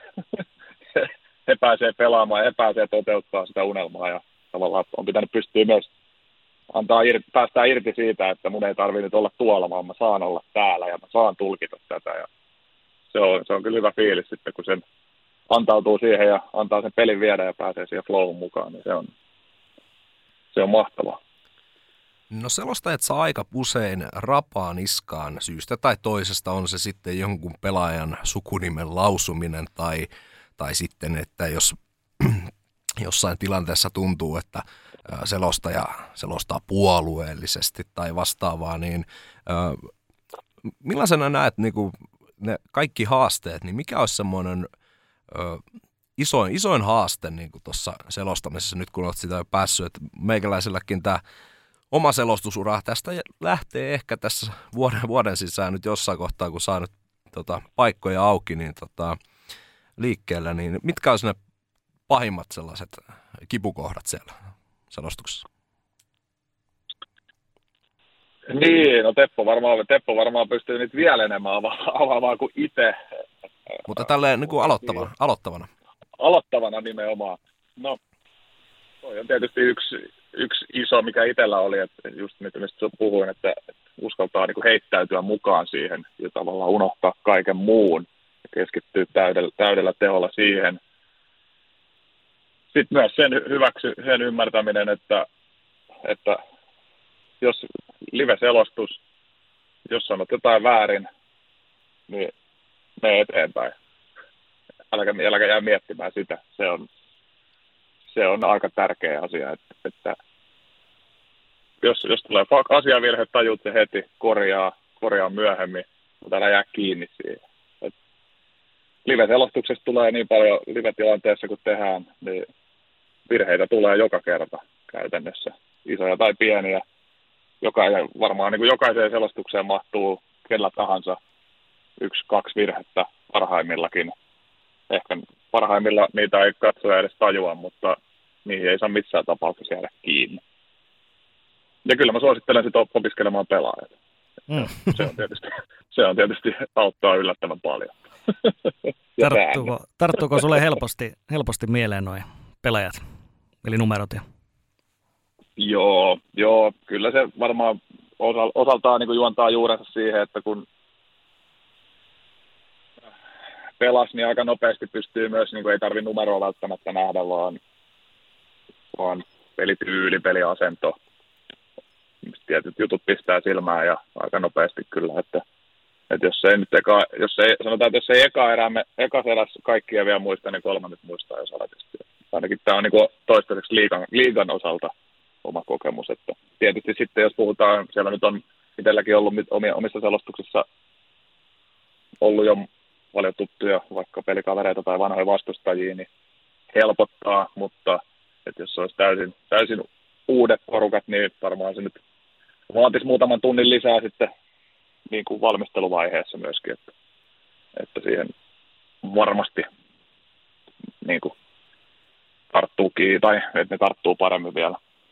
he pääsee pelaamaan ja he pääsee toteuttaa sitä unelmaa ja tavallaan on pitänyt pystyä myös päästää irti siitä, että mun ei tarvitse nyt olla tuolla, vaan mä saan olla täällä ja mä saan tulkita tätä ja se on kyllä hyvä fiilis sitten, kun sen antautuu siihen ja antaa sen pelin viedä ja pääsee siihen flowhun mukaan, niin se on mahtavaa. No selostajat saa aika usein rapaa niskaan syystä tai toisesta, on se sitten jonkun pelaajan sukunimen lausuminen tai sitten, että jos jossain tilanteessa tuntuu, että selostaja selostaa puolueellisesti tai vastaavaa, niin millaisena näet niin kuin ne kaikki haasteet, niin mikä olisi semmoinen isoin haaste niin kuin tuossa selostamisessa, nyt kun olet sitä jo päässyt, että meikäläiselläkin tämä oma selostusura tästä lähtee ehkä tässä vuoden sisään nyt jossain kohtaa, kun saa nyt paikkoja auki niin liikkeellä, niin mitkä olisi ne pahimmat sellaiset kipukohdat siellä selostuksessa? Niin, no Teppo varmaan pystyy nyt vielä enemmän avaamaan kuin itse. Mutta tälleen niin kuin aloittavana. Aloittavana nimenomaan. No, toi on tietysti yksi iso, mikä itsellä oli, että just mistä puhuin, että uskaltaa niin kuin heittäytyä mukaan siihen ja tavallaan unohtaa kaiken muun ja keskittyä täydellä teholla siihen. Sitten myös sen ymmärtäminen, että jos live-selostus, jos sanot jotain väärin, niin mene eteenpäin. Äläkä jää miettimään sitä. Se on aika tärkeä asia, että jos tulee asiavirhe, tajuut se heti, korjaa myöhemmin, mutta älä jää kiinni siihen. Live-selostuksesta tulee niin paljon live-tilanteessa, kun tehdään, niin virheitä tulee joka kerta käytännössä, isoja tai pieniä. Varmaan niin kuin jokaiseen selostukseen mahtuu kellä tahansa 1-2 virhettä parhaimmillakin. Ehkä parhaimmilla niitä ei katsoja edes tajua, mutta niihin ei saa missään tapauksessa jäädä kiinni. Ja kyllä mä suosittelen sitten opiskelemaan pelaajat. Se on tietysti auttaa yllättävän paljon. Tarttuuko sulle helposti mieleen nuo pelaajat, eli numerot? Joo, kyllä se varmaan osaltaan niin kuin juontaa juurensa siihen, että kun pelasi, niin aika nopeasti pystyy myös, niin kuin ei tarvitse numeroa välttämättä nähdä, vaan pelityyli, peliasento, tietyt jutut pistää silmään ja aika nopeasti kyllä, että jos ei eka erässä kaikkia vielä muista, niin kolmannet muistaa jos alatisti. Ainakin tämä on niin kuin toistaiseksi liigan osalta oma kokemus, että tietysti sitten jos puhutaan, siellä nyt on itselläkin ollut omissa selostuksissa ollut jo paljon tuttuja, vaikka pelikavereita tai vanhoja vastustajia, niin helpottaa, mutta että jos se olisi täysin uudet porukat, niin varmaan se nyt vaatisi muutaman tunnin lisää sitten niin kuin valmisteluvaiheessa myöskin, että siihen varmasti niin kuin tarttuu kiinni, tai että ne tarttuu paremmin vielä.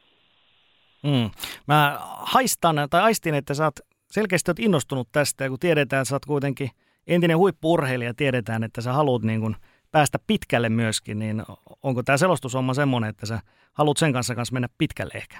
Mä aistin, että sä oot selkeästi innostunut tästä, ja kun tiedetään, että sä oot kuitenkin entinen huippu-urheilija, tiedetään, että sä haluat niin kuin päästä pitkälle myöskin, niin onko tämä selostushomma semmoinen, että sä haluat sen kanssa mennä pitkälle ehkä?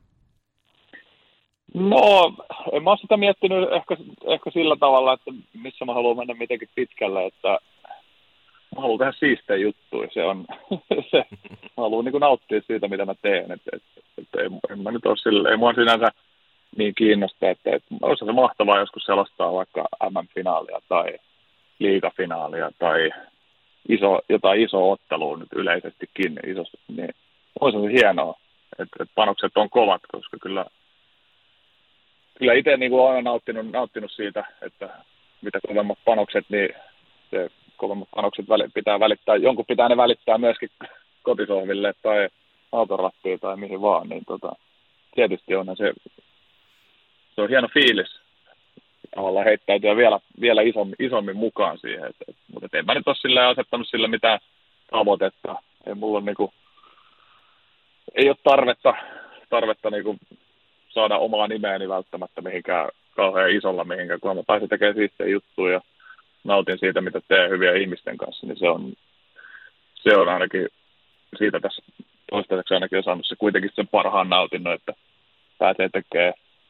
No, en mä ole sitä miettinyt ehkä sillä tavalla, että missä mä haluan mennä mitenkin pitkälle, että mä haluan tehdä siistejä juttuja. Se on se. Mä haluan niin kuin nauttia siitä, mitä mä teen. En mä nyt ole sillä, ei mua sinänsä niin kiinnosta, että olisi se mahtavaa joskus selostaa vaikka MM-finaalia tai liigafinaalia tai jotain isoa ottelua nyt yleisestikin. Niin olisi se hienoa, että panokset on kovat, koska kyllä itse niin kuin olen aina nauttinut siitä, että mitä kovemmat panokset, niin se kovemmat panokset pitää välittää. Jonkun pitää ne välittää myöskin kotisohville tai autorattiin tai mihin vaan. Niin tietysti on se on hieno fiilis tavallaan heittäytyä vielä isommin mukaan siihen. Mutta en mä nyt ole silleen asettanut sille mitään tavoitetta. Ei mulla ole niinku, ei ole tarvetta niinku saada omaa nimeäni välttämättä mihinkään kauhean isolla mihinkään, kun mä pääsin tekemään siistejä juttuja ja nautin siitä, mitä teen hyviä ihmisten kanssa, niin se on ainakin, siitä tässä toistaiseksi ainakin on saanut se kuitenkin sen parhaan nautinnon, että pääsee tekemään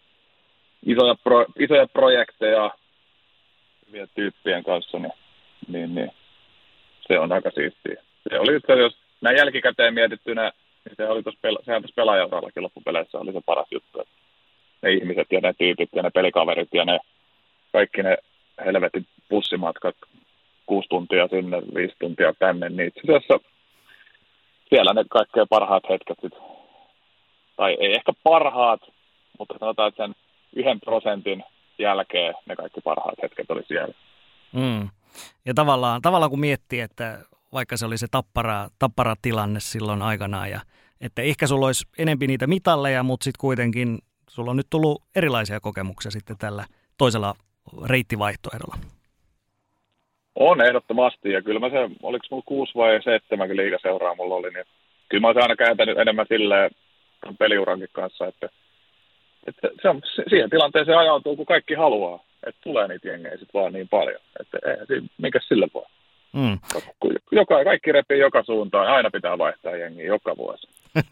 isoja projekteja hyviä tyyppien kanssa, niin se on aika siistiä. Se oli itse asiassa näin jälkikäteen mietittynä, niin sehän tuossa pelaajaurallakin loppupeleissä oli se paras juttu, että ne ihmiset ja ne tyypit ja ne pelikaverit ja ne kaikki ne helvetin bussimatkat 6 tuntia sinne, 5 tuntia tänne, niin itse asiassa siellä ne kaikkein parhaat hetket sit, tai ei ehkä parhaat, mutta sanotaan, että sen 1% jälkeen ne kaikki parhaat hetket oli siellä. Ja tavallaan kun miettii, että vaikka se oli se tappara tilanne silloin aikanaan, ja että ehkä sulla olisi enempi niitä mitalleja, mutta sitten kuitenkin sulla on nyt tullut erilaisia kokemuksia sitten tällä toisella reittivaihtoehdolla. On ehdottomasti, ja kyllä oliko mulla 6 vai 7 liigaseuraa mulla oli, niin kyllä mä olisin aina kääntänyt enemmän silleen peliurankin kanssa, että siihen tilanteeseen ajautuu, kun kaikki haluaa, että tulee niitä jengejä sit vaan niin paljon, että mikä sille voi. Kaikki repii joka suuntaan, aina pitää vaihtaa jengiä joka vuosi.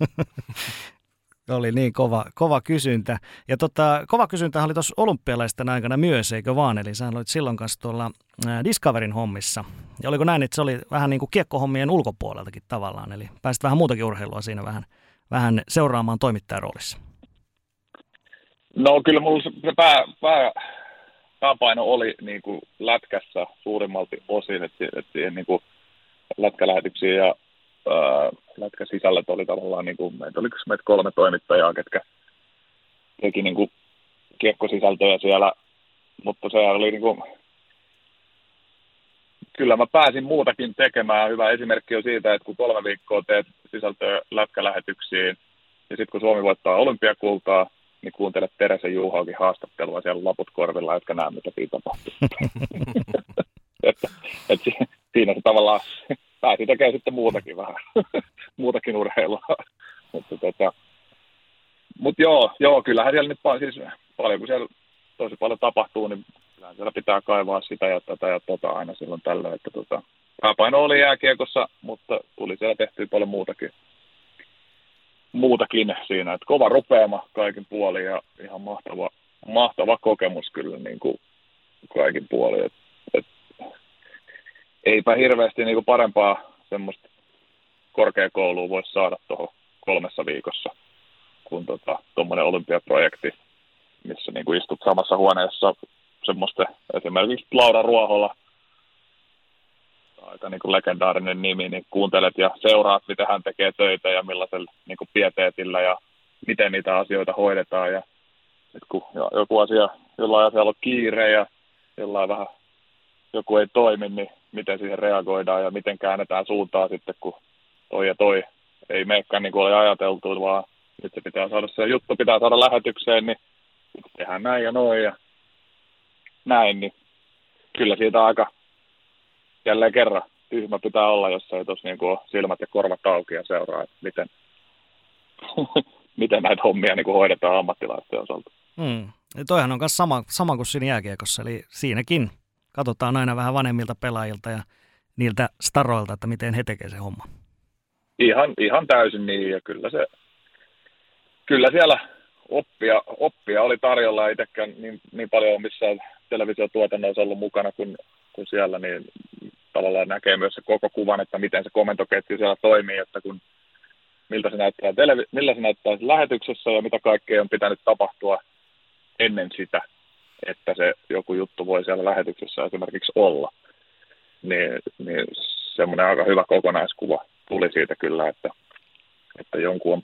Oli niin kova kysyntä. Ja kova kysyntä oli tuossa olympialaisten aikana myös, eikö vaan? Eli sä olit silloin kanssa tuolla Discoverin hommissa. Ja oliko näin, että se oli vähän niin kuin kiekkohommien ulkopuoleltakin tavallaan? Eli pääsit vähän muutakin urheilua siinä vähän seuraamaan toimittajan roolissa. No kyllä mulla se pääpaino oli niin kuin lätkässä suurimmalti osin, että siihen niin kuin lätkälähetyksiin ja lätkäsisällöt oli tavallaan, niin kuin, oliko meitä 3 toimittajaa, ketkä teki niin kuin kiekkosisältöjä siellä, mutta se oli niin kuin, kyllä mä pääsin muutakin tekemään. Hyvä esimerkki on siitä, että kun 3 viikkoa teet sisältöä lätkälähetyksiin, ja sitten kun Suomi voittaa olympiakultaa, niin kuuntelet Teresen Juhaukin haastattelua siellä laput korvilla, jotka näe, mitä siitä tapahtuu. Siinä se tavallaan pääsi tekemään sitten muutakin vähän, muutakin urheilua. Mutta joo, kyllähän siellä nyt paljon, kun siellä tosi paljon tapahtuu, niin kyllähän siellä pitää kaivaa sitä ja tätä ja aina silloin tällöin. Että pääpaino oli jääkiekossa, mutta tuli siellä tehtyä paljon muutakin siinä, että kova rupeama kaikin puolin ja ihan mahtava kokemus kyllä niin kuin kaikin puolin. Eipä hirveästi niin kuin parempaa semmoista korkeakoulua voisi saada tuohon 3 viikossa kuin tuommoinen olympiaprojekti, missä niin kuin istut samassa huoneessa semmoista, esimerkiksi Laura Ruohola, aika niin kuin legendaarinen nimi, niin kuuntelet ja seuraat, miten hän tekee töitä ja millaisella niin kuin pieteetillä ja miten niitä asioita hoidetaan. Ja kun jollain asialla on kiire ja jollain vähän joku ei toimi, niin miten siihen reagoidaan ja miten käännetään suuntaa sitten, kun toi ja toi ei meekään niin kuin oli ajateltu, vaan nyt se juttu pitää saada lähetykseen, niin tehdään näin ja noin ja näin, niin kyllä siitä aika jälleen kerran tyhmä pitää olla, jos ei tuossa niin kuin silmät ja korvat auki ja seuraa, että miten näitä hommia niin kuin hoidetaan ammattilaisten osalta. Ja toihan on myös sama kuin siinä jääkiekossa, eli siinäkin katsotaan aina vähän vanhemmilta pelaajilta ja niiltä staroilta, että miten he tekevät se homma. Ihan täysin niin, ja kyllä siellä oppia oli tarjolla, itsekään niin paljon missään televisiotuotannoissa ollut mukana kuin siellä, niin tavallaan näkee myös se koko kuvan, että miten se komentoketju siellä toimii, että millä se näyttää lähetyksessä ja mitä kaikkea on pitänyt tapahtua ennen sitä, että se joku juttu voi siellä lähetyksessä esimerkiksi olla. Niin semmoinen aika hyvä kokonaiskuva tuli siitä kyllä, että jonkun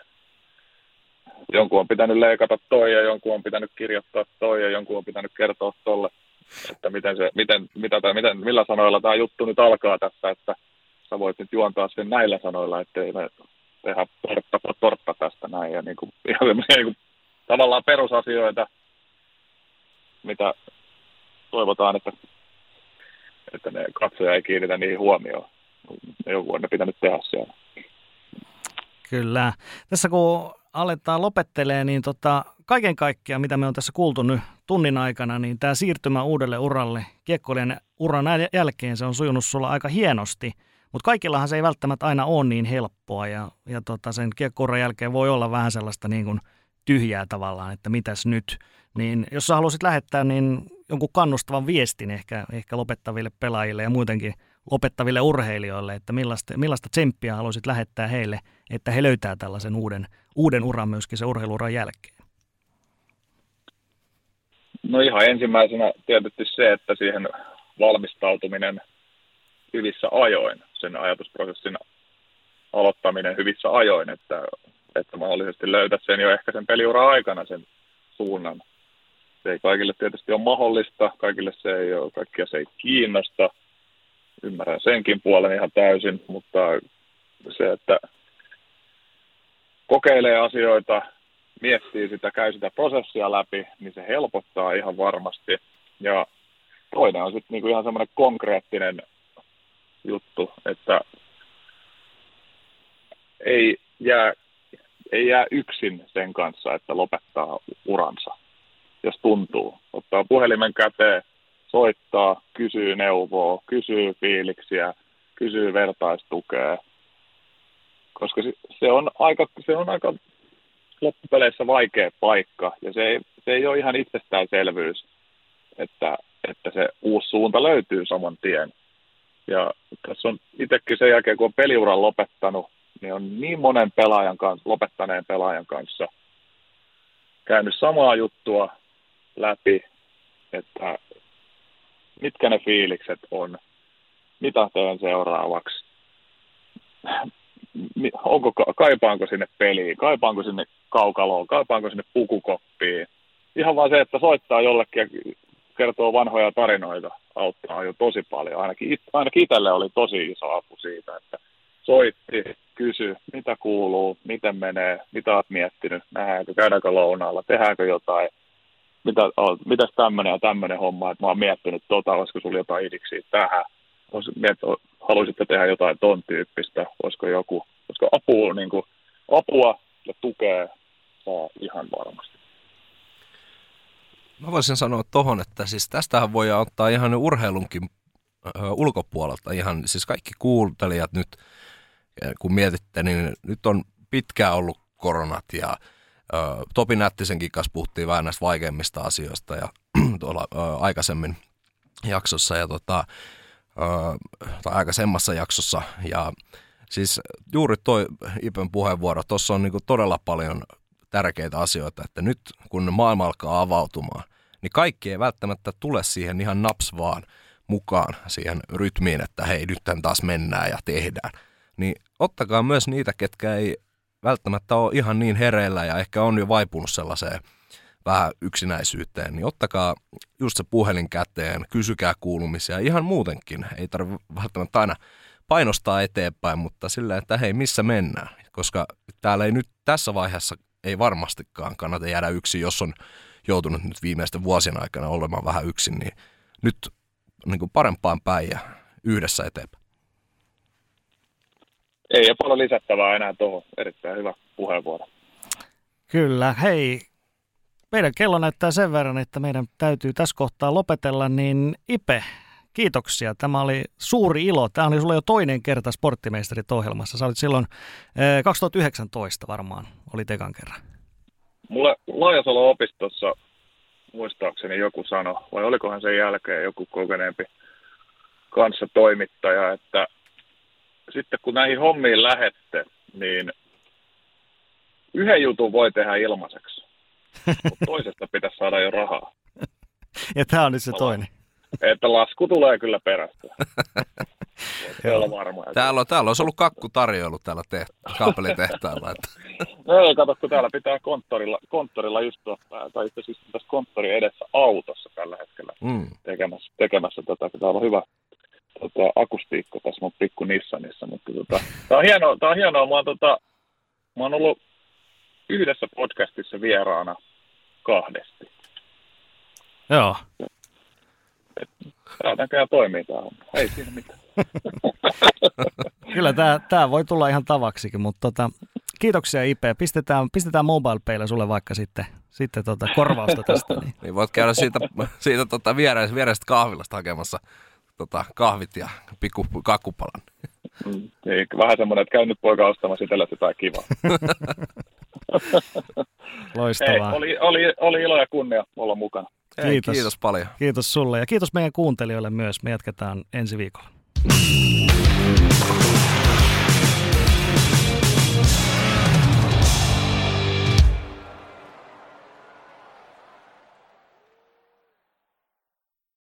on pitänyt leikata toi ja jonkun on pitänyt kirjoittaa toi ja jonkun on pitänyt kertoa tolle, että millä sanoilla tämä juttu nyt alkaa tässä, että sä voit nyt juontaa sen näillä sanoilla, ettei me tehdä tortta tästä näin ja niin kuin tavallaan perusasioita, mitä toivotaan, että ne katsoja ei kiinnitä niihin huomioon. Joku on ne pitänyt tehdä siellä. Kyllä. Tässä kun aletaan lopettelemaan, niin kaiken kaikkiaan, mitä me on tässä kuultu nyt tunnin aikana, niin tämä siirtymä uudelle uralle, kiekkoilijan uran jälkeen, se on sujunut sulla aika hienosti. Mutta kaikillahan se ei välttämättä aina ole niin helppoa ja sen kiekkouran jälkeen voi olla vähän sellaista niin kuin tyhjää tavallaan, että mitäs nyt. Niin jos sä haluaisit lähettää niin jonkun kannustavan viestin ehkä lopettaville pelaajille ja muutenkin lopettaville urheilijoille, että millaista tsemppiä haluaisit lähettää heille, että he löytää tällaisen uuden uran myöskin sen urheiluuran jälkeen? No ihan ensimmäisenä tietysti se, että siihen valmistautuminen hyvissä ajoin, sen ajatusprosessin aloittaminen hyvissä ajoin, että mahdollisesti löytää sen jo ehkä sen peliuran aikana sen suunnan. Se ei kaikille tietysti ole mahdollista, kaikkia se ei kiinnosta. Ymmärrän senkin puolen ihan täysin, mutta se, että kokeilee asioita, miettii sitä, käy sitä prosessia läpi, niin se helpottaa ihan varmasti. Ja toinen on sitten niinku ihan semmoinen konkreettinen juttu, että ei jää yksin sen kanssa, että lopettaa uransa, jos tuntuu. Ottaa puhelimen käteen, soittaa, kysyy neuvoa, kysyy fiiliksiä, kysyy vertaistukea, koska se on aika loppupeleissä vaikea paikka, ja se ei ole ihan itsestäänselvyys, että se uusi suunta löytyy saman tien. Ja tässä on itsekin sen jälkeen, kun on peliuran lopettanut, niin on niin monen lopettaneen pelaajan kanssa käynyt samaa juttua läpi, että mitkä ne fiilikset on, mitä teen seuraavaksi, kaipaanko sinne peliin, kaipaanko sinne kaukaloon, kaipaanko sinne pukukoppiin. Ihan vaan se, että soittaa jollekin ja kertoo vanhoja tarinoita, auttaa jo tosi paljon. Ainakin itselle oli tosi iso apu siitä, että soitti, kysy, mitä kuuluu, miten menee, mitä olet miettinyt, nähdäänkö, käydäänkö lounaalla, tehdäänkö jotain, mitäs tämmöinen ja tämmöinen homma, että mä oon miettinyt olisiko sulla jotain idiksiä tähän, haluaisitte tehdä jotain ton tyyppistä, olisiko apua ja tukea saa ihan varmasti. Mä voisin sanoa tohon, että siis tästähän voi ottaa ihan urheilunkin ulkopuolelta ihan, siis kaikki kuuntelijat nyt, kun mietitte, niin nyt on pitkään ollut koronat ja Topi Nättisenkin kanssa puhuttiin vähän näistä vaikeimmista asioista ja tuolla aikaisemmin jaksossa ja tai aikaisemmassa jaksossa ja siis juuri toi Ipen puheenvuoro, tuossa on niinku todella paljon tärkeitä asioita, että nyt kun maailma alkaa avautumaan, niin kaikki ei välttämättä tule siihen ihan naps vaan mukaan siihen rytmiin, että hei nyt taas mennään ja tehdään. Niin ottakaa myös niitä, ketkä ei välttämättä ole ihan niin hereillä ja ehkä on jo vaipunut sellaiseen vähän yksinäisyyteen, niin ottakaa just se puhelin käteen, kysykää kuulumisia ihan muutenkin. Ei tarvitse välttämättä aina painostaa eteenpäin, mutta sillä, että hei, missä mennään? Koska täällä ei nyt tässä vaiheessa ei varmastikaan kannata jäädä yksin, jos on joutunut nyt viimeisten vuosien aikana olemaan vähän yksin, niin nyt niin kuin parempaan päin ja yhdessä eteenpäin. Ei ole paljon lisättävää enää tuohon. Erittäin hyvä puheenvuoro. Kyllä. Hei, meidän kello näyttää sen verran, että meidän täytyy tässä kohtaa lopetella, niin Ipe, kiitoksia. Tämä oli suuri ilo. Tämä oli sulla jo toinen kerta Sporttimeisterit ohjelmassa. Sä olit silloin 2019 varmaan, oli ekan kerran. Mulle Laajasalo-opistossa muistaakseni joku sanoi, vai olikohan sen jälkeen joku kokeneempi kanssa toimittaja, että sitten kun näihin hommiin lähette, niin yhden jutun voi tehdä ilmaiseksi, mutta toisesta pitäisi saada jo rahaa. Ja tämä on nyt se toinen. Että lasku tulee kyllä perästä. Olla varma. Täällä olisi ollut kakkutarjoilu täällä kaapelitehtaalla. No ei, kato, kun täällä pitää konttorilla istua, tai itse asiassa tässä konttorin edessä autossa tällä hetkellä tekemässä tätä. Täällä on hyvä akustiikko tässä mun pikku Nissanissa, mutta tää on hienoa. Mä oon ollut yhdessä podcastissa vieraana 2. Joo. Tää näköjään toimii tää homma. Ei siinä mitään. Kyllä tää voi tulla ihan tavaksikin, mutta kiitoksia Ipe. Pistetään MobilePaylla sulle vaikka sitten korvausta tästä. Niin voit käydä siitä viereisestä kahvilasta hakemassa kahvit ja pikku kakkupalan. Niin, vähän semmoinen, että käy nyt poika ostamassa itselle jotain kivaa. Loistavaa. Hei, oli ilo ja kunnia olla mukana. Kiitos paljon. Kiitos sulle ja kiitos meidän kuuntelijoille myös. Me jatketaan ensi viikolla.